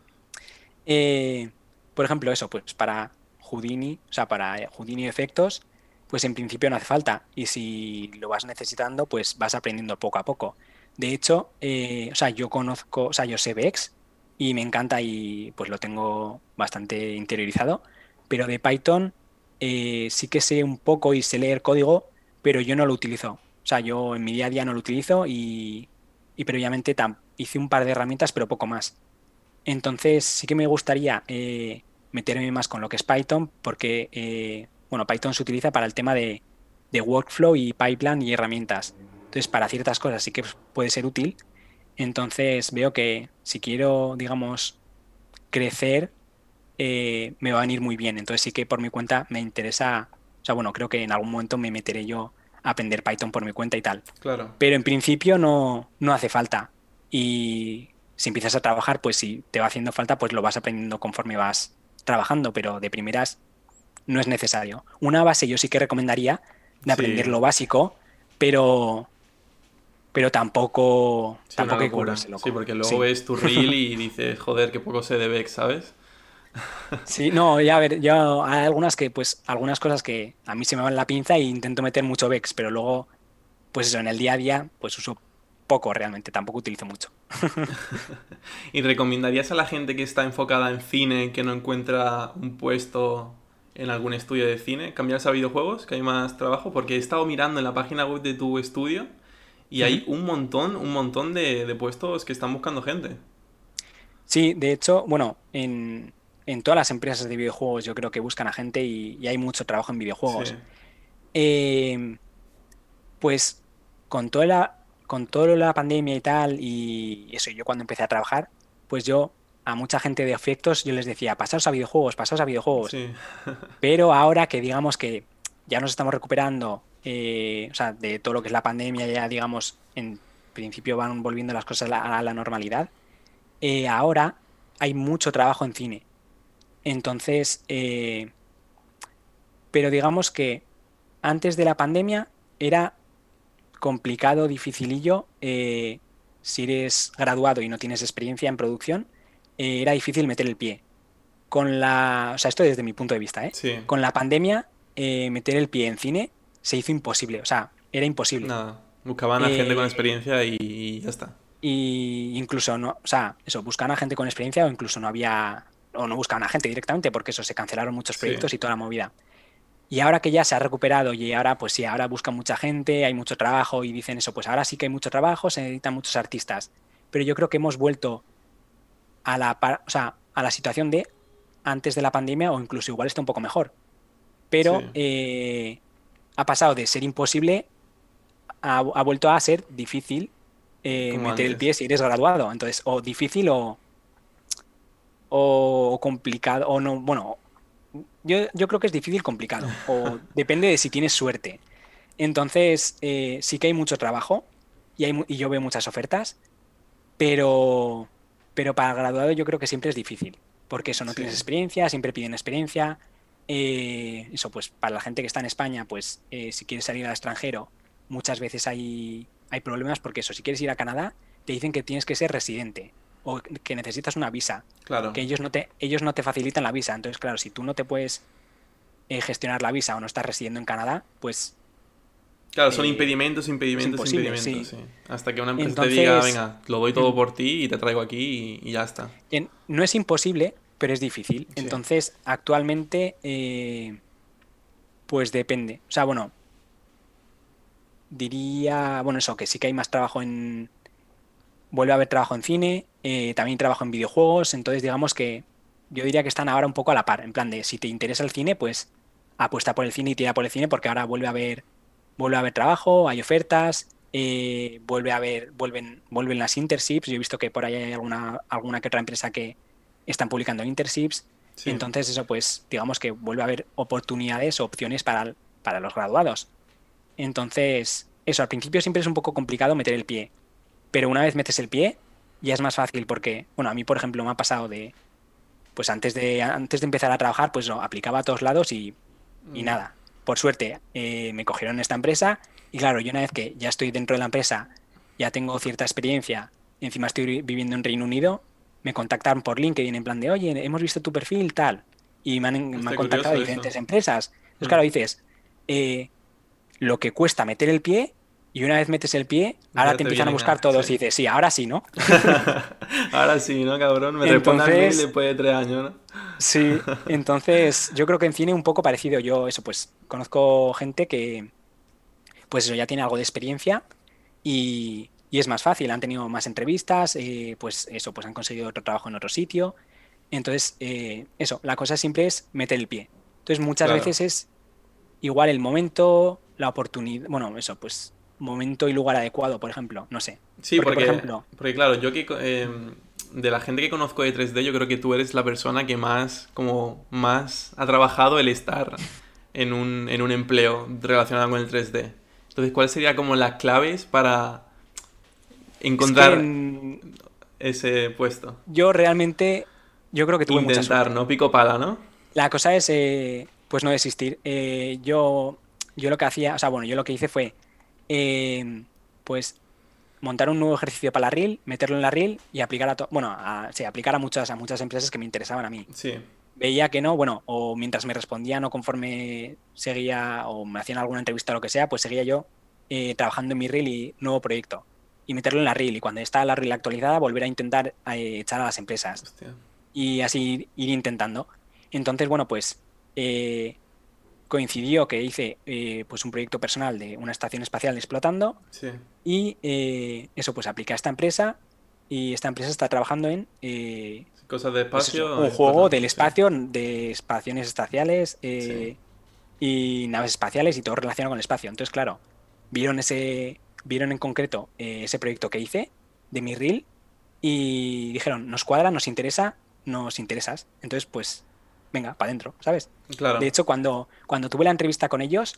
Speaker 2: Eh, por ejemplo, eso, pues para Houdini, o sea, para Houdini efectos, pues en principio no hace falta. Y si lo vas necesitando, pues vas aprendiendo poco a poco. De hecho, o sea, yo sé Vex y me encanta y pues lo tengo bastante interiorizado, pero de Python sí que sé un poco y sé leer código, pero yo no lo utilizo. O sea, yo en mi día a día no lo utilizo y previamente hice un par de herramientas, pero poco más. Entonces sí que me gustaría meterme más con lo que es Python, porque bueno, Python se utiliza para el tema de workflow y pipeline y herramientas. Entonces, para ciertas cosas sí que puede ser útil. Entonces veo que si quiero, digamos, crecer, me va a venir muy bien. Entonces sí que por mi cuenta me interesa, o sea, bueno, creo que en algún momento me meteré yo a aprender Python por mi cuenta y tal.
Speaker 1: Claro.
Speaker 2: Pero en principio no hace falta. Y si empiezas a trabajar, pues si te va haciendo falta, pues lo vas aprendiendo conforme vas trabajando, pero de primeras no es necesario. Una base yo sí que recomendaría de aprender
Speaker 1: Sí.
Speaker 2: lo básico, pero, pero tampoco,
Speaker 1: Sí, una
Speaker 2: tampoco hay que
Speaker 1: locura.
Speaker 2: volverse
Speaker 1: Sí,
Speaker 2: loco.
Speaker 1: porque luego
Speaker 2: Sí.
Speaker 1: ves tu reel y dices, joder, qué poco sé de Vex, ¿sabes?
Speaker 2: Sí, no, ya a ver, yo hay algunas que, pues, algunas cosas que a mí se me van la pinza e intento meter mucho Vex, pero luego, pues eso, en el día a día, pues uso poco realmente, tampoco utilizo mucho.
Speaker 1: ¿Y recomendarías a la gente que está enfocada en cine, que no encuentra un puesto en algún estudio de cine, cambiarse a videojuegos, que hay más trabajo? Porque he estado mirando en la página web de tu estudio y hay
Speaker 2: Ujú.
Speaker 1: un montón de puestos que están buscando gente.
Speaker 2: Sí, de hecho, bueno, en todas las empresas de videojuegos yo creo que buscan a gente y hay mucho trabajo en
Speaker 1: Sí,
Speaker 2: videojuegos. Eh, pues con toda la pandemia y tal, y eso, yo cuando empecé a trabajar, pues yo a mucha gente de efectos yo les decía, pasaos a videojuegos, pasaos a videojuegos.
Speaker 1: sí,
Speaker 2: Pero ahora que digamos que ya nos estamos recuperando, o sea, de todo lo que es la pandemia, ya digamos, en principio van volviendo las cosas a la normalidad, ahora hay mucho trabajo en cine. Entonces, pero digamos que antes de la pandemia era complicado, dificilillo. Si eres graduado y no tienes experiencia en producción, era difícil meter el pie. O sea, esto desde mi punto de vista, ¿eh?
Speaker 1: sí.
Speaker 2: Con la pandemia, meter el pie en cine se hizo imposible. O sea, era imposible.
Speaker 1: Nada, buscaban a gente con
Speaker 2: Eh,
Speaker 1: experiencia y ya está.
Speaker 2: y incluso no, o sea, eso, buscaban a gente con experiencia o incluso no había, o no buscaban a gente directamente porque eso, se cancelaron muchos
Speaker 1: Sí,
Speaker 2: proyectos y toda la movida. Y ahora que ya se ha recuperado y ahora, pues sí, ahora buscan mucha gente, hay mucho trabajo y dicen eso, pues ahora sí que hay mucho trabajo, se necesitan muchos artistas. Pero yo creo que hemos vuelto o sea, a la situación de antes de la pandemia o incluso igual está un poco mejor.
Speaker 1: sí,
Speaker 2: Pero ha pasado de ser imposible ha vuelto a ser difícil
Speaker 1: como
Speaker 2: meter el
Speaker 1: antes.
Speaker 2: pie si eres graduado. Entonces, o difícil o complicado, o no, bueno, yo creo que es difícil, complicado, o depende de si tienes suerte. Entonces, sí que hay mucho trabajo y yo veo muchas ofertas, pero, pero para graduado yo creo que siempre es difícil, porque eso, no
Speaker 1: Sí,
Speaker 2: tienes experiencia, siempre piden experiencia. Eso, pues para la gente que está en España, pues si quieres salir al extranjero, muchas veces hay problemas, porque eso, si quieres ir a Canadá, te dicen que tienes que ser residente o que necesitas una visa,
Speaker 1: claro.
Speaker 2: que ellos no te facilitan la visa. Entonces, claro, si tú no te puedes gestionar la visa o no estás residiendo en Canadá, pues
Speaker 1: Claro, son
Speaker 2: eh,
Speaker 1: impedimentos,
Speaker 2: es
Speaker 1: impedimentos,
Speaker 2: imposible,
Speaker 1: impedimentos,
Speaker 2: sí.
Speaker 1: sí. Hasta que una empresa te diga,
Speaker 2: Entonces,
Speaker 1: venga, lo doy todo
Speaker 2: mm,
Speaker 1: por ti y te traigo aquí y ya está.
Speaker 2: no es imposible, pero es difícil.
Speaker 1: Sí,
Speaker 2: Entonces, actualmente, pues depende. O sea, bueno, diría, bueno, eso, que sí que hay más trabajo vuelve a haber trabajo en cine, también trabajo en videojuegos, entonces digamos que yo diría que están ahora un poco a la par, en plan de si te interesa el cine, pues apuesta por el cine y tira por el cine porque ahora vuelve a haber trabajo, hay ofertas, vuelven las internships. Yo he visto que por ahí hay alguna que otra empresa que están publicando internships.
Speaker 1: sí.
Speaker 2: Entonces eso, pues digamos que vuelve a haber oportunidades o opciones para los graduados. Entonces, eso, al principio siempre es un poco complicado meter el pie, pero una vez metes el pie, ya es más fácil porque, bueno, a mí, por ejemplo, me ha pasado pues antes de empezar a trabajar, pues no, aplicaba a todos lados y
Speaker 1: Mm,
Speaker 2: nada. Por suerte, me cogieron en esta empresa y claro, yo una vez que ya estoy dentro de la empresa, ya tengo cierta experiencia, encima estoy viviendo en Reino Unido, me contactan por LinkedIn en plan de, oye, hemos visto tu perfil, tal, y me han
Speaker 1: Está
Speaker 2: contactado
Speaker 1: curioso eso.
Speaker 2: diferentes empresas. Entonces,
Speaker 1: Mm,
Speaker 2: claro, dices, eh, lo que cuesta meter el pie y una vez metes el pie, ahora
Speaker 1: ya
Speaker 2: te
Speaker 1: te
Speaker 2: empiezan a
Speaker 1: vienen
Speaker 2: buscar
Speaker 1: a... Sí.
Speaker 2: todos y dices, sí, ahora sí, ¿no?
Speaker 1: Ahora sí, ¿no, cabrón? Me responde al mail
Speaker 2: Entonces,
Speaker 1: después de 3 años, ¿no?
Speaker 2: sí, entonces yo creo que en cine un poco parecido. Yo, eso, pues conozco gente que, pues eso, ya tiene algo de experiencia y es más fácil, han tenido más entrevistas, pues eso, pues han conseguido otro trabajo en otro sitio. Entonces, eso, la cosa siempre es meter el pie. Entonces, muchas
Speaker 1: Claro.
Speaker 2: veces es igual el momento, la oportunidad, bueno, eso, pues momento y lugar adecuado, por ejemplo, no sé.
Speaker 1: Sí,
Speaker 2: Porque, por
Speaker 1: porque,
Speaker 2: ejemplo,
Speaker 1: porque claro, yo que de la gente que conozco de 3D, yo creo que tú eres la persona que más, como, más ha trabajado el estar en un empleo relacionado con el 3D. Entonces, ¿cuáles serían como las claves para
Speaker 2: es que
Speaker 1: encontrar ese puesto?
Speaker 2: yo realmente, yo creo que tuve mucha
Speaker 1: Intentar,
Speaker 2: suerte.
Speaker 1: ¿no? Pico pala, ¿no?
Speaker 2: La cosa es, pues no desistir. Yo lo que hacía, o sea, bueno, yo lo que hice fue, pues montar un nuevo ejercicio para la reel, meterlo en la reel y aplicar bueno, sí, aplicar a muchas empresas que me interesaban a mí.
Speaker 1: Sí,
Speaker 2: Veía que no, bueno, o mientras me respondían o conforme seguía o me hacían alguna entrevista o lo que sea, pues seguía yo trabajando en mi reel y nuevo proyecto y meterlo en la reel y cuando está la reel actualizada volver a intentar echar a las empresas
Speaker 1: hostia.
Speaker 2: y así ir intentando. Entonces, bueno, pues eh, coincidió que hice pues un proyecto personal de una estación espacial explotando
Speaker 1: Sí.
Speaker 2: y eso, pues apliqué a esta empresa y esta empresa está trabajando en,
Speaker 1: Cosas de
Speaker 2: pues eso,
Speaker 1: espacio
Speaker 2: un juego
Speaker 1: explotando,
Speaker 2: del
Speaker 1: sí.
Speaker 2: espacio, de estaciones espaciales
Speaker 1: Sí.
Speaker 2: y naves espaciales y todo relacionado con el espacio. Entonces, claro, vieron en concreto ese proyecto que hice de mi reel y dijeron, nos cuadra, nos interesa, nos interesas. Entonces, pues, venga, para adentro, ¿sabes? De
Speaker 1: Claro.
Speaker 2: hecho, cuando tuve la entrevista con ellos,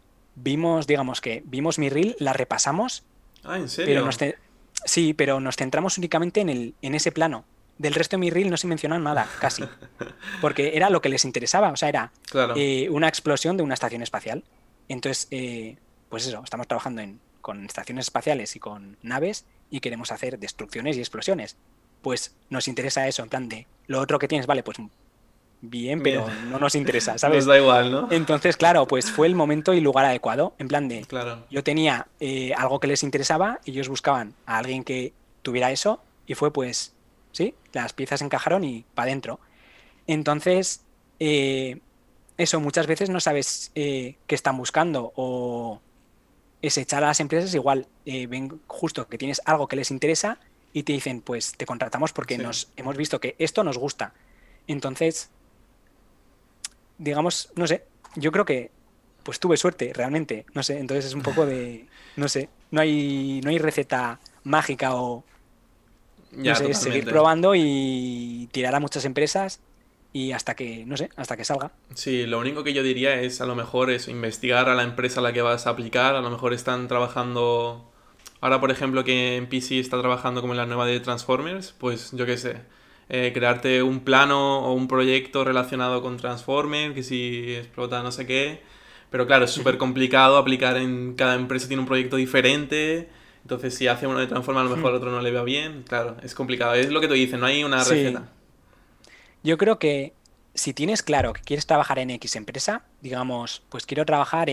Speaker 2: vimos mi reel, la repasamos,
Speaker 1: Ah, ¿en
Speaker 2: pero
Speaker 1: serio?
Speaker 2: sí, pero nos centramos únicamente en ese plano. Del resto de mi reel no se mencionó nada, casi, porque era lo que les interesaba, o sea, era
Speaker 1: Claro.
Speaker 2: una explosión de una estación espacial. Entonces, pues eso, estamos trabajando con estaciones espaciales y con naves y queremos hacer destrucciones y explosiones. Pues nos interesa eso, en plan de lo otro que tienes, vale, pues bien,
Speaker 1: Bien.
Speaker 2: pero no nos interesa,
Speaker 1: Nos
Speaker 2: ¿sabes?
Speaker 1: da igual, ¿no?
Speaker 2: Entonces, claro, pues fue el momento y lugar adecuado, en plan de
Speaker 1: Claro.
Speaker 2: yo tenía algo que les interesaba, ellos buscaban a alguien que tuviera eso y fue pues, sí, las piezas encajaron y para adentro. Entonces, eso muchas veces no sabes qué están buscando o es echar a las empresas igual, ven justo que tienes algo que les interesa y te dicen, pues te contratamos porque
Speaker 1: Sí.
Speaker 2: nos hemos visto que esto nos gusta. Entonces, digamos, no sé, yo creo que pues tuve suerte realmente, no sé, entonces es un poco no sé, no hay receta mágica o, no
Speaker 1: Ya,
Speaker 2: sé, es seguir
Speaker 1: totalmente.
Speaker 2: probando y tirar a muchas empresas y hasta que, no sé, hasta que salga.
Speaker 1: Sí, lo único que yo diría es a lo mejor es investigar a la empresa a la que vas a aplicar. A lo mejor están trabajando. Ahora, por ejemplo, que en PC está trabajando como en la nueva de Transformers, pues yo qué sé. Crearte un plano o un proyecto relacionado con Transformers, que si explota no sé qué. Pero claro, es súper
Speaker 2: Ujú.
Speaker 1: complicado aplicar en cada empresa, tiene un proyecto diferente. Entonces, si hace uno de Transformers, a lo mejor
Speaker 2: Hmm.
Speaker 1: otro no le va bien. Claro, es complicado. Es lo que tú dices, no hay una
Speaker 2: Sí,
Speaker 1: receta.
Speaker 2: yo creo que si tienes claro que quieres trabajar en X empresa, digamos, pues quiero trabajar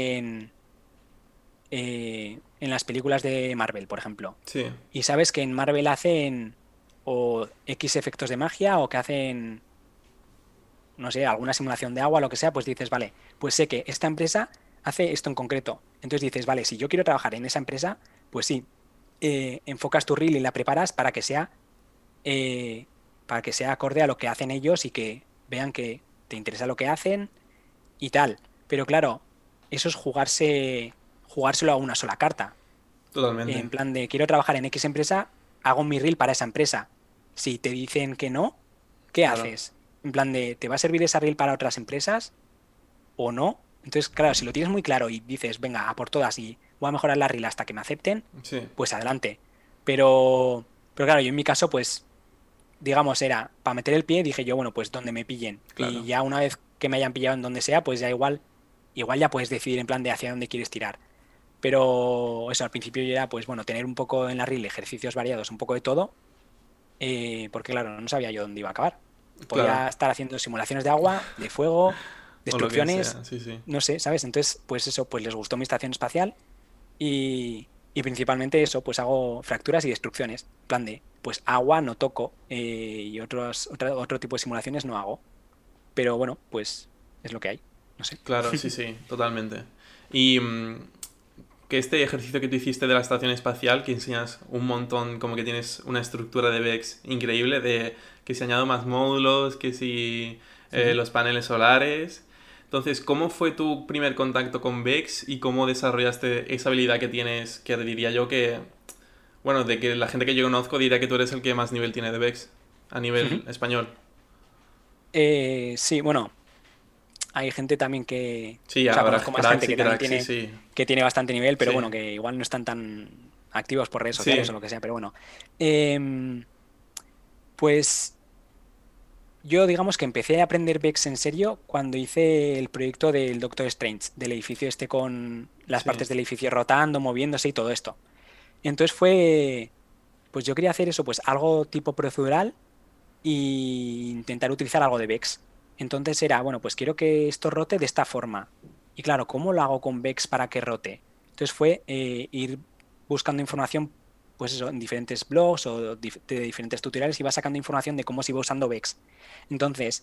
Speaker 2: en las películas de Marvel, por ejemplo,
Speaker 1: Sí,
Speaker 2: y sabes que en Marvel hacen o X efectos de magia o que hacen, no sé, alguna simulación de agua, lo que sea, pues dices, vale, pues sé que esta empresa hace esto en concreto. Entonces dices, vale, si yo quiero trabajar en esa empresa, pues sí, enfocas tu reel y la preparas eh, para que sea acorde a lo que hacen ellos y que vean que te interesa lo que hacen y tal. Pero claro, eso es jugárselo a una sola carta.
Speaker 1: totalmente.
Speaker 2: En plan de quiero trabajar en X empresa, hago mi reel para esa empresa. Si te dicen que no, ¿qué
Speaker 1: Claro.
Speaker 2: haces? En plan de, ¿te va a servir esa reel para otras empresas o no? Entonces, claro, si lo tienes muy claro y dices, venga, a por todas y voy a mejorar la reel hasta que me acepten,
Speaker 1: Sí,
Speaker 2: pues adelante. Pero claro, yo en mi caso, pues digamos, era para meter el pie, dije yo, bueno, pues donde me pillen. Y
Speaker 1: claro.
Speaker 2: ya una vez que me hayan pillado en donde sea, pues ya igual ya puedes decidir en plan de hacia dónde quieres tirar. Pero eso, al principio yo era, pues bueno, tener un poco en la reel ejercicios variados, un poco de todo, porque claro, no sabía yo dónde iba a acabar.
Speaker 1: Claro.
Speaker 2: Podía estar haciendo simulaciones de agua, de fuego,
Speaker 1: O lo que
Speaker 2: destrucciones,
Speaker 1: sea, sí, sí.
Speaker 2: no sé, ¿sabes? Entonces, pues eso, pues les gustó mi estación espacial y principalmente eso, pues hago fracturas y destrucciones. En plan de, pues agua no toco y otro tipo de simulaciones no hago. Pero bueno, pues es lo que hay. No sé.
Speaker 1: Claro, sí, sí, totalmente. Y que este ejercicio que tú hiciste de la estación espacial, que enseñas un montón, como que tienes una estructura de VEX increíble, de que si añado más módulos, que si
Speaker 2: Ujú.
Speaker 1: los paneles solares. Entonces, ¿cómo fue tu primer contacto con VEX y cómo desarrollaste esa habilidad que tienes, que diría yo que, bueno, de que la gente que yo conozco diría que tú eres el que más nivel tiene de VEX a
Speaker 2: Ujú.
Speaker 1: nivel español?
Speaker 2: Sí, bueno, hay gente también
Speaker 1: Sí,
Speaker 2: o sea,
Speaker 1: habrá
Speaker 2: conozco más
Speaker 1: cracks
Speaker 2: gente
Speaker 1: y
Speaker 2: que también
Speaker 1: cracks, sí, sí.
Speaker 2: tiene bastante nivel, pero
Speaker 1: Sí,
Speaker 2: bueno, que igual no están tan activos por redes sociales
Speaker 1: sí,
Speaker 2: o lo que sea, pero bueno. Em, pues yo digamos que empecé a aprender Vex en serio cuando hice el proyecto del Doctor Strange, del edificio este con las
Speaker 1: sí,
Speaker 2: partes del edificio rotando, moviéndose y todo esto. Entonces pues yo quería hacer eso, pues algo tipo procedural e intentar utilizar algo de Vex. Entonces era, bueno, pues quiero que esto rote de esta forma. Y claro, ¿cómo lo hago con Vex para que rote? Entonces fue ir buscando información, pues eso, en diferentes blogs o de diferentes tutoriales y iba sacando información de cómo se iba usando Vex. Entonces,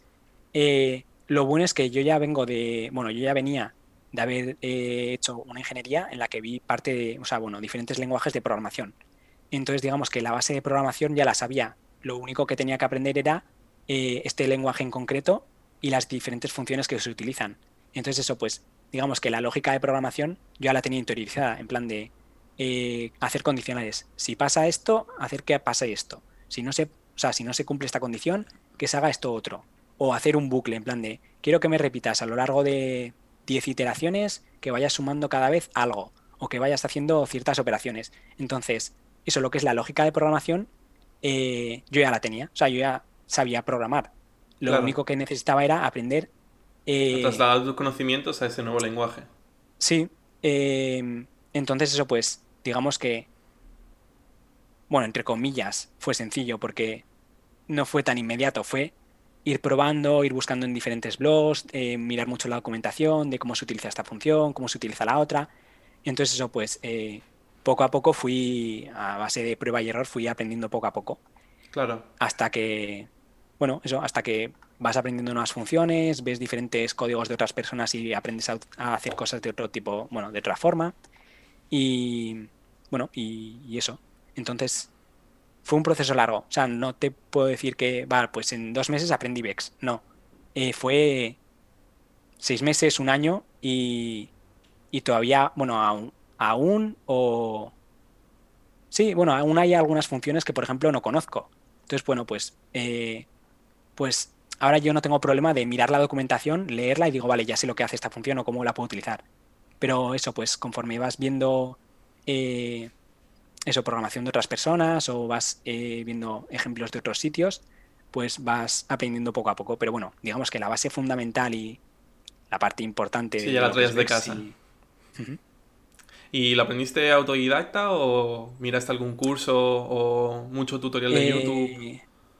Speaker 2: lo bueno es que yo ya vengo bueno, yo ya venía de haber hecho una ingeniería en la que vi parte de, o sea, bueno, diferentes lenguajes de programación. Entonces, digamos que la base de programación ya la sabía. Lo único que tenía que aprender era este lenguaje en concreto y las diferentes funciones que se utilizan. Entonces, eso, pues, digamos que la lógica de programación yo ya la tenía interiorizada, en plan de hacer condicionales. Si pasa esto, hacer que pase esto. O sea, si no se cumple esta condición, que se haga esto otro. O hacer un bucle, en plan de, quiero que me repitas a lo largo de 10 iteraciones, que vayas sumando cada vez algo, o que vayas haciendo ciertas operaciones. Entonces, eso, lo que es la lógica de programación, yo ya la tenía. O sea, yo ya sabía programar. Lo
Speaker 1: claro.
Speaker 2: único que necesitaba era aprender,
Speaker 1: A
Speaker 2: eh,
Speaker 1: trasladar tus conocimientos a ese nuevo lenguaje.
Speaker 2: sí. Entonces, eso, pues, digamos que, bueno, entre comillas, fue sencillo porque no fue tan inmediato, fue ir probando, ir buscando en diferentes blogs, mirar mucho la documentación de cómo se utiliza esta función, cómo se utiliza la otra. Entonces eso pues poco a poco fui, a base de prueba y error, fui aprendiendo poco a poco,
Speaker 1: Claro,
Speaker 2: hasta que, bueno, eso, hasta que vas aprendiendo nuevas funciones, ves diferentes códigos de otras personas y aprendes a hacer cosas de otro tipo, bueno, de otra forma. Y bueno, y eso. Entonces fue un proceso largo. O sea, no te puedo decir que, va, pues en 2 meses aprendí VEX. No. Fue 6 meses, un año y todavía, bueno, aún o... Sí, bueno, aún hay algunas funciones que, por ejemplo, no conozco. Entonces, bueno, pues ahora yo no tengo problema de mirar la documentación, leerla y digo, vale, ya sé lo que hace esta función o cómo la puedo utilizar. Pero eso, pues conforme vas viendo eh, eso, programación de otras personas o vas viendo ejemplos de otros sitios, pues vas aprendiendo poco a poco. Pero bueno, digamos que la base fundamental y la parte importante
Speaker 1: Sí, ya
Speaker 2: de
Speaker 1: la
Speaker 2: lo que es
Speaker 1: traías de
Speaker 2: VEX,
Speaker 1: casa.
Speaker 2: sí. Ujú.
Speaker 1: ¿Y la aprendiste autodidacta o miraste algún curso o mucho tutorial de YouTube?
Speaker 2: Eh,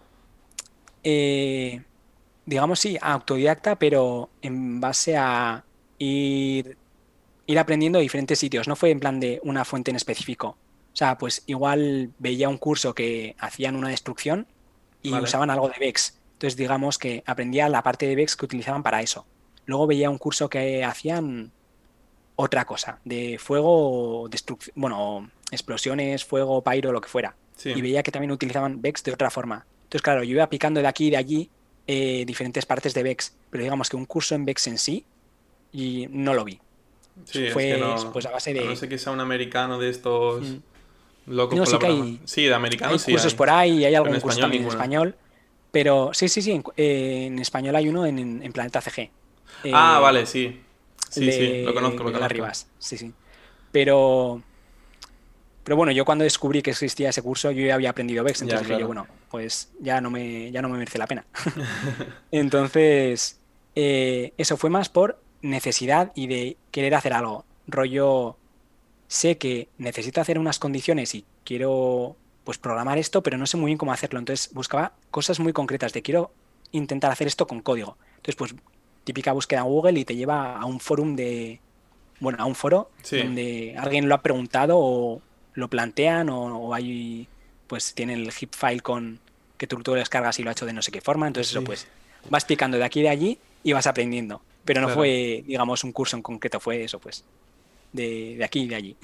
Speaker 2: eh, digamos sí, autodidacta, pero en base a ir, ir aprendiendo de diferentes sitios. No fue en plan de una fuente en específico. O sea, pues igual veía un curso que hacían una destrucción y
Speaker 1: Vale.
Speaker 2: usaban algo de VEX. Entonces, digamos que aprendía la parte de VEX que utilizaban para eso. Luego veía un curso que hacían otra cosa, de fuego, destrucción, bueno, explosiones, fuego, pyro, lo que fuera. Y
Speaker 1: Sí.
Speaker 2: veía que también utilizaban VEX de otra forma. Entonces, claro, yo iba picando de aquí y de allí diferentes partes de VEX, pero digamos que un curso en VEX en sí y no lo vi.
Speaker 1: Sí, es que
Speaker 2: Fue
Speaker 1: no.
Speaker 2: pues a base
Speaker 1: A no
Speaker 2: de...
Speaker 1: ser que sea un americano de estos
Speaker 2: mm,
Speaker 1: locos
Speaker 2: no,
Speaker 1: por
Speaker 2: sí
Speaker 1: la
Speaker 2: que
Speaker 1: programación. Sí, de americanos
Speaker 2: hay
Speaker 1: sí
Speaker 2: cursos
Speaker 1: hay.
Speaker 2: por ahí y hay
Speaker 1: Pero en
Speaker 2: algún curso
Speaker 1: español
Speaker 2: también en
Speaker 1: ninguno.
Speaker 2: español, pero sí, sí, sí, en español hay uno en Planeta CG,
Speaker 1: Ah,
Speaker 2: eh,
Speaker 1: vale, sí.
Speaker 2: el
Speaker 1: Sí, sí, lo
Speaker 2: de
Speaker 1: conozco, lo
Speaker 2: Miguel
Speaker 1: conozco.
Speaker 2: Arribas, sí, sí. Pero, pero bueno, yo cuando descubrí que existía ese curso, yo ya había aprendido VEX,
Speaker 1: Ya,
Speaker 2: entonces dije yo,
Speaker 1: claro.
Speaker 2: bueno, pues ya no me merece la pena. Entonces, eso fue más por necesidad y de querer hacer algo. Rollo, sé que necesito hacer unas condiciones y quiero pues programar esto, pero no sé muy bien cómo hacerlo. Entonces buscaba cosas muy concretas de quiero intentar hacer esto con código. Entonces, pues típica búsqueda en Google y te lleva a un forum de, bueno, a un foro
Speaker 1: Sí,
Speaker 2: donde alguien lo ha preguntado o lo plantean o hay, pues tienen el zip file con que tú lo descargas y lo ha hecho de no sé qué forma. Entonces eso,
Speaker 1: sí,
Speaker 2: pues vas picando de aquí y de allí y vas aprendiendo. Pero no
Speaker 1: claro.
Speaker 2: fue, digamos, un curso en concreto, fue eso, pues, de aquí y de allí.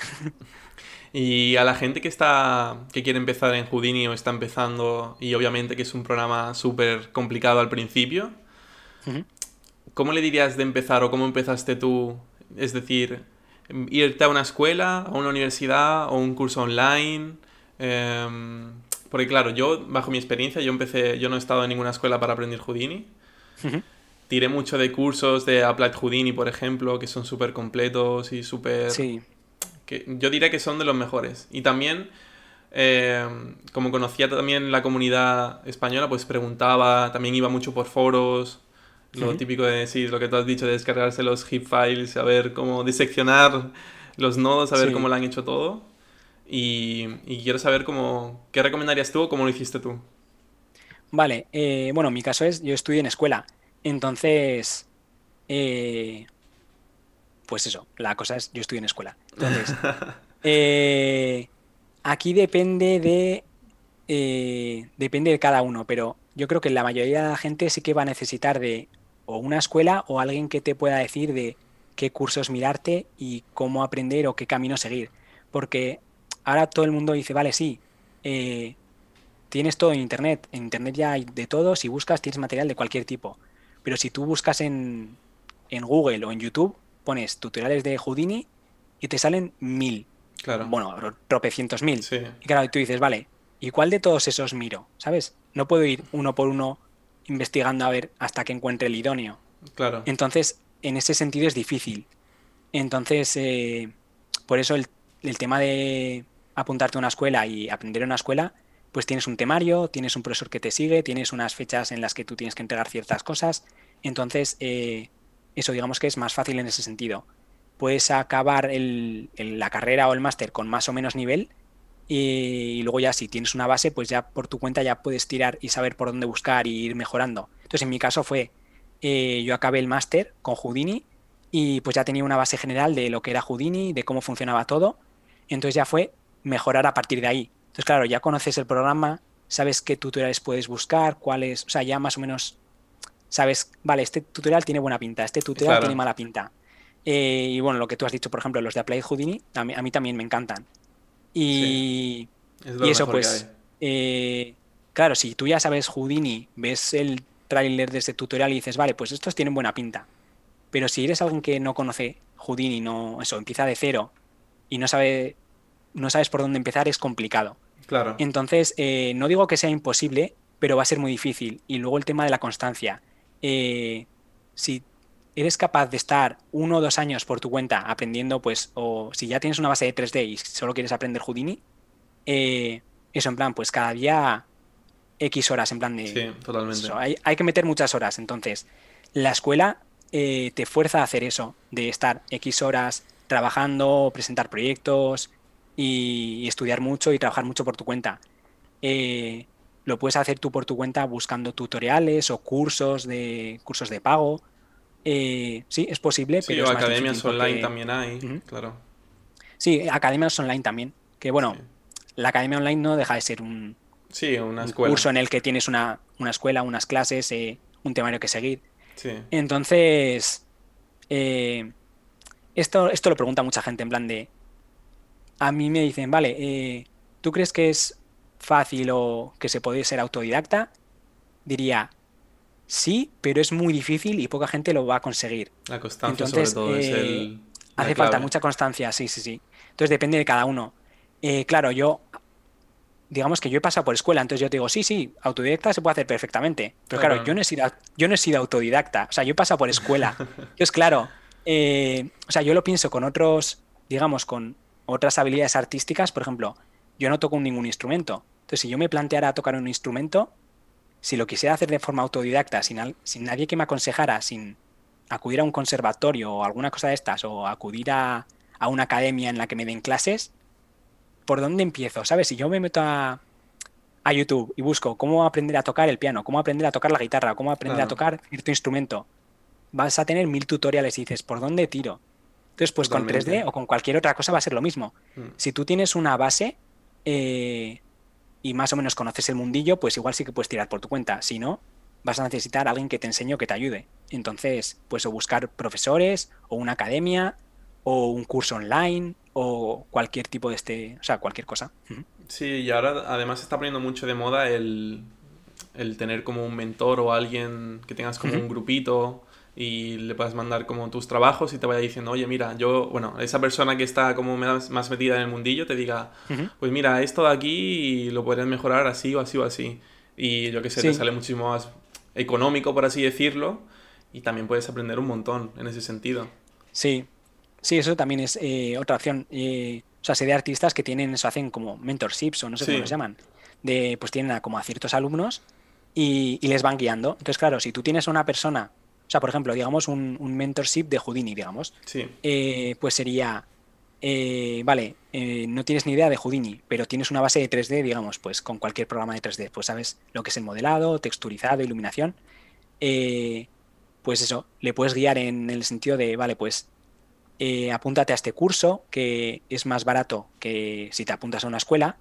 Speaker 1: Y a la gente que quiere empezar en Houdini o está empezando, y obviamente que es un programa súper complicado al principio,
Speaker 2: Ujú.
Speaker 1: ¿cómo le dirías de empezar o cómo empezaste tú? Es decir, irte a una escuela, a una universidad o un curso online. Porque claro, yo, bajo mi experiencia, yo no he estado en ninguna escuela para aprender Houdini.
Speaker 2: Ujú.
Speaker 1: Tiré mucho de cursos de Applied Houdini, por ejemplo, que son súper completos y súper...
Speaker 2: Sí,
Speaker 1: que yo diría que son de los mejores. Y también, como conocía también la comunidad española, pues preguntaba, también iba mucho por foros, lo
Speaker 2: ujú.
Speaker 1: típico de decir, lo que tú has dicho, de descargarse los zip files, saber cómo diseccionar los nodos, saber cómo
Speaker 2: Sí.
Speaker 1: lo han hecho todo. Y quiero saber qué recomendarías tú o cómo lo hiciste tú.
Speaker 2: Vale, bueno, mi caso es, yo estudio en escuela, entonces, eh, pues eso, la cosa es, yo estudio en escuela. Entonces, eh, aquí depende de cada uno, pero yo creo que la mayoría de la gente sí que va a necesitar de o una escuela o alguien que te pueda decir de qué cursos mirarte y cómo aprender o qué camino seguir. Porque ahora todo el mundo dice, vale, sí, eh, tienes todo en Internet ya hay de todo, si buscas tienes material de cualquier tipo. Pero si tú buscas en Google o en YouTube, pones tutoriales de Houdini y te salen 1000,
Speaker 1: Claro,
Speaker 2: bueno, tropecientos mil.
Speaker 1: sí,
Speaker 2: Y claro, tú dices, vale, ¿y cuál de todos esos miro? ¿Sabes? No puedo ir uno por uno investigando a ver hasta que encuentre el idóneo.
Speaker 1: claro,
Speaker 2: Entonces, en ese sentido es difícil. Entonces, por eso el tema de apuntarte a una escuela y aprender en una escuela, pues tienes un temario, tienes un profesor que te sigue, tienes unas fechas en las que tú tienes que entregar ciertas cosas. Entonces, eso digamos que es más fácil en ese sentido. Puedes acabar la carrera o el máster con más o menos nivel y luego ya si tienes una base, pues ya por tu cuenta ya puedes tirar y saber por dónde buscar y ir mejorando. Entonces, en mi caso fue, yo acabé el máster con Houdini y pues ya tenía una base general de lo que era Houdini, de cómo funcionaba todo. Entonces ya fue mejorar a partir de ahí. Entonces, claro, ya conoces el programa, sabes qué tutoriales puedes buscar, cuáles, o sea, ya más o menos sabes, vale, este tutorial tiene buena pinta, este tutorial tiene
Speaker 1: claro,
Speaker 2: mala pinta. Y bueno, lo que tú has dicho, por ejemplo, los de Applied Houdini, a mí también me encantan.
Speaker 1: sí,
Speaker 2: Y,
Speaker 1: es de
Speaker 2: y
Speaker 1: lo
Speaker 2: eso,
Speaker 1: mejor que hay.
Speaker 2: pues, claro, si tú ya sabes Houdini, ves el tráiler de ese tutorial y dices, vale, pues estos tienen buena pinta. Pero si eres alguien que no conoce Houdini, no, eso, empieza de cero y no sabes por dónde empezar, es complicado.
Speaker 1: Claro,
Speaker 2: Entonces, no digo que sea imposible, pero va a ser muy difícil. Y luego el tema de la constancia. Si eres capaz de estar 1 o 2 años por tu cuenta aprendiendo, pues, o si ya tienes una base de 3D y solo quieres aprender Houdini, eso en plan, pues cada día X horas, en plan de...
Speaker 1: Sí, totalmente.
Speaker 2: Eso, hay que meter muchas horas. Entonces, la escuela te fuerza a hacer eso, de estar X horas trabajando, presentar proyectos y estudiar mucho y trabajar mucho por tu cuenta. Lo puedes hacer tú por tu cuenta buscando tutoriales o cursos de pago. Sí, es posible,
Speaker 1: Sí,
Speaker 2: pero
Speaker 1: o
Speaker 2: es más difícil
Speaker 1: academias online
Speaker 2: porque...
Speaker 1: también hay,
Speaker 2: Ujú.
Speaker 1: claro.
Speaker 2: Sí, academias online también. Que
Speaker 1: Sí,
Speaker 2: bueno, la academia online no deja de ser un,
Speaker 1: sí, una
Speaker 2: un
Speaker 1: escuela.
Speaker 2: curso en el que tienes una escuela, unas clases, un temario que seguir.
Speaker 1: Sí,
Speaker 2: Entonces, eh, esto lo pregunta mucha gente en plan de, a mí me dicen, vale, ¿tú crees que es fácil o que se puede ser autodidacta? Diría, sí, pero es muy difícil y poca gente lo va a conseguir.
Speaker 1: la constancia sobre
Speaker 2: Entonces,
Speaker 1: todo es la
Speaker 2: hace falta
Speaker 1: clave.
Speaker 2: mucha constancia, sí, sí, sí. Entonces depende de cada uno. Claro, digamos que yo he pasado por escuela, entonces yo te digo, sí, sí, autodidacta se puede hacer perfectamente. Pero claro,
Speaker 1: Claro.
Speaker 2: yo no he sido autodidacta, o sea, yo he pasado por escuela. Entonces, claro, o sea, yo lo pienso con otros, digamos, con otras habilidades artísticas, por ejemplo, yo no toco ningún instrumento. Entonces, si yo me planteara tocar un instrumento, si lo quisiera hacer de forma autodidacta, sin nadie que me aconsejara, sin acudir a un conservatorio o alguna cosa de estas, o acudir a una academia en la que me den clases, ¿por dónde empiezo? ¿Sabes? Si yo me meto a YouTube y busco cómo aprender a tocar el piano, cómo aprender a tocar la guitarra, cómo aprender a
Speaker 1: Claro,
Speaker 2: tocar cierto instrumento, vas a tener 1000 tutoriales y dices, ¿por dónde tiro? Entonces, pues con
Speaker 1: totalmente.
Speaker 2: 3D o con cualquier otra cosa va a ser lo mismo.
Speaker 1: Mm.
Speaker 2: Si tú tienes una base eh, y más o menos conoces el mundillo, pues igual sí que puedes tirar por tu cuenta. Si no, vas a necesitar a alguien que te enseñe o que te ayude. Entonces, pues o buscar profesores o una academia o un curso online o cualquier tipo de o sea, cualquier cosa. Ujú.
Speaker 1: Sí, y ahora además se está poniendo mucho de moda el tener como un mentor o alguien que tengas como
Speaker 2: Ujú.
Speaker 1: un grupito y le puedas mandar como tus trabajos y te vaya diciendo, oye, mira, yo, bueno, esa persona que está como más metida en el mundillo te diga,
Speaker 2: Ujú.
Speaker 1: pues mira, esto de aquí y lo podrías mejorar así o así o así. Y yo qué sé, te
Speaker 2: Sí,
Speaker 1: sale muchísimo más económico, por así decirlo, y también puedes aprender un montón en ese sentido.
Speaker 2: sí, sí, eso también es otra opción. O sea, sé de artistas que tienen eso, hacen como mentorships o no sé cómo los
Speaker 1: Sí,
Speaker 2: llaman. Pues tienen como a ciertos alumnos y les van guiando. Entonces, claro, si tú tienes una persona, o sea, por ejemplo, digamos un mentorship de Houdini, digamos,
Speaker 1: sí,
Speaker 2: pues sería, vale, no tienes ni idea de Houdini, pero tienes una base de 3D, digamos, pues con cualquier programa de 3D, pues sabes lo que es el modelado, texturizado, iluminación. eh, pues eso, le puedes guiar en el sentido de, vale, pues apúntate a este curso que es más barato que si te apuntas a una escuela,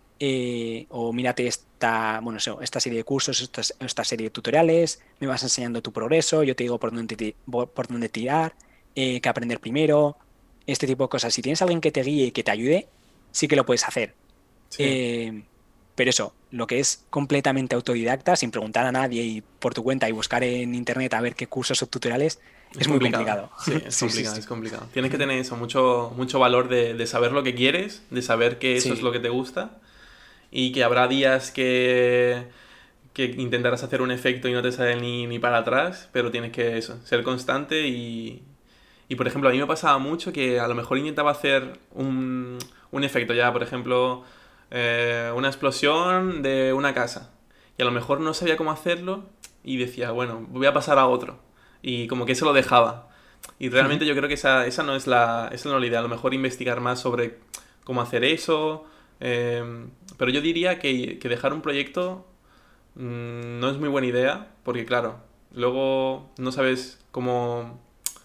Speaker 2: o mírate bueno, esta serie de cursos, esta serie de tutoriales, me vas enseñando tu progreso, yo te digo por dónde tirar, qué aprender primero, este tipo de cosas. Si tienes alguien que te guíe y que te ayude, sí que lo puedes hacer.
Speaker 1: sí.
Speaker 2: Eh, pero eso, lo que es completamente autodidacta, sin preguntar a nadie y por tu cuenta y buscar en internet a ver qué cursos o tutoriales,
Speaker 1: Es
Speaker 2: es muy
Speaker 1: complicado,
Speaker 2: complicado.
Speaker 1: sí, es
Speaker 2: Sí, sí,
Speaker 1: complicado,
Speaker 2: sí.
Speaker 1: es complicado. Tienes que tener eso, mucho valor de saber lo que quieres, de saber que eso es
Speaker 2: Sí,
Speaker 1: lo que te gusta y que habrá días que intentarás hacer un efecto y no te sale ni para atrás, pero tienes que eso, ser constante y, por ejemplo, a mí me pasaba mucho que a lo mejor intentaba hacer un efecto ya, por ejemplo, una explosión de una casa y a lo mejor no sabía cómo hacerlo y decía, bueno, voy a pasar a otro y como que eso lo dejaba. Y
Speaker 2: ujú,
Speaker 1: realmente yo creo que esa no es esa no es la idea. A lo mejor investigar más sobre cómo hacer eso. Pero yo diría que dejar un proyecto no es muy buena idea. Porque claro, luego no sabes cómo...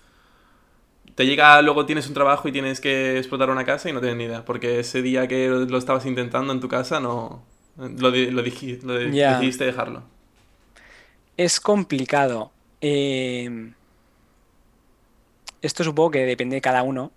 Speaker 1: Te llega, luego tienes un trabajo y tienes que explotar una casa y no tienes ni idea. Porque ese día que lo estabas intentando en tu casa no...
Speaker 2: ya.
Speaker 1: Decidiste dejarlo.
Speaker 2: Es complicado. Eh, Esto supongo que depende de cada uno.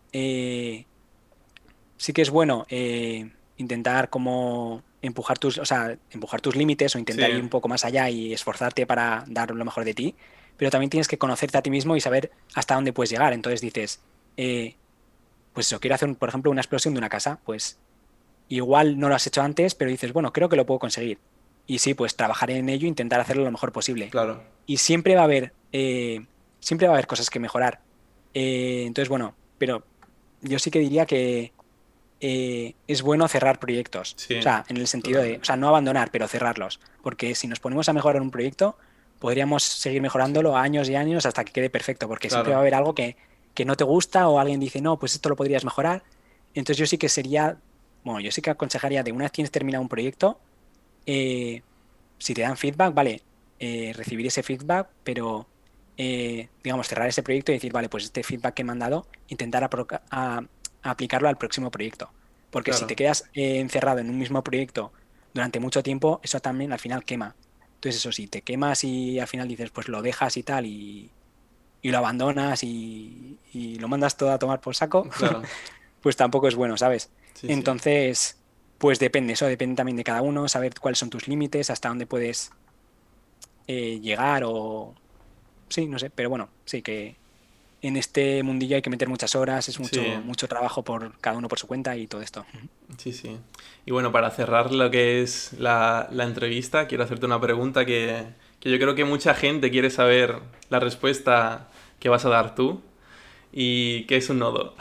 Speaker 2: Sí que es bueno intentar como o sea, empujar tus límites o
Speaker 1: Sí,
Speaker 2: intentar ir un poco más allá y esforzarte para dar lo mejor de ti, pero también tienes que conocerte a ti mismo y saber hasta dónde puedes llegar. Entonces dices, pues eso, quiero hacer, por ejemplo, una explosión de una casa, pues igual no lo has hecho antes, pero dices, bueno, creo que lo puedo conseguir. y sí, pues trabajar en ello e intentar hacerlo lo mejor posible.
Speaker 1: Claro,
Speaker 2: Y siempre va a haber cosas que mejorar. Entonces, bueno, pero yo sí que diría que es bueno cerrar proyectos. O
Speaker 1: sí,
Speaker 2: sea, en el sentido de, o
Speaker 1: totalmente.
Speaker 2: sea, no abandonar, pero cerrarlos. Porque si nos ponemos a mejorar un proyecto, podríamos seguir
Speaker 1: Sí,
Speaker 2: mejorándolo años y años hasta que quede perfecto, porque siempre va a
Speaker 1: claro,
Speaker 2: haber algo que no te gusta o alguien dice, no, pues esto lo podrías mejorar. Entonces yo sí que sería, bueno, yo sí que aconsejaría de una vez tienes terminado un proyecto, eh, si te dan feedback, vale, recibir ese feedback, pero digamos, cerrar ese proyecto y decir, vale, pues este feedback que me han dado, intentar a aplicarlo al próximo proyecto. Porque si te
Speaker 1: claro,
Speaker 2: quedas encerrado en un mismo proyecto durante mucho tiempo, eso también al final quema. Entonces, eso, si te quemas y al final dices, pues lo dejas y tal, y lo abandonas y lo mandas todo a tomar por saco,
Speaker 1: claro,
Speaker 2: pues tampoco es bueno, ¿sabes?
Speaker 1: sí, sí.
Speaker 2: Entonces, pues depende, eso depende también de cada uno, saber cuáles son tus límites, hasta dónde puedes llegar o... Sí, no sé, pero bueno, sí que en este mundillo hay que meter muchas horas, es
Speaker 1: Sí,
Speaker 2: mucho, mucho trabajo por cada uno por su cuenta y todo esto. Ujú.
Speaker 1: sí, sí. Y bueno, para cerrar lo que es la entrevista, quiero hacerte una pregunta que yo creo que mucha gente quiere saber la respuesta que vas a dar tú. ¿Y qué es un nodo?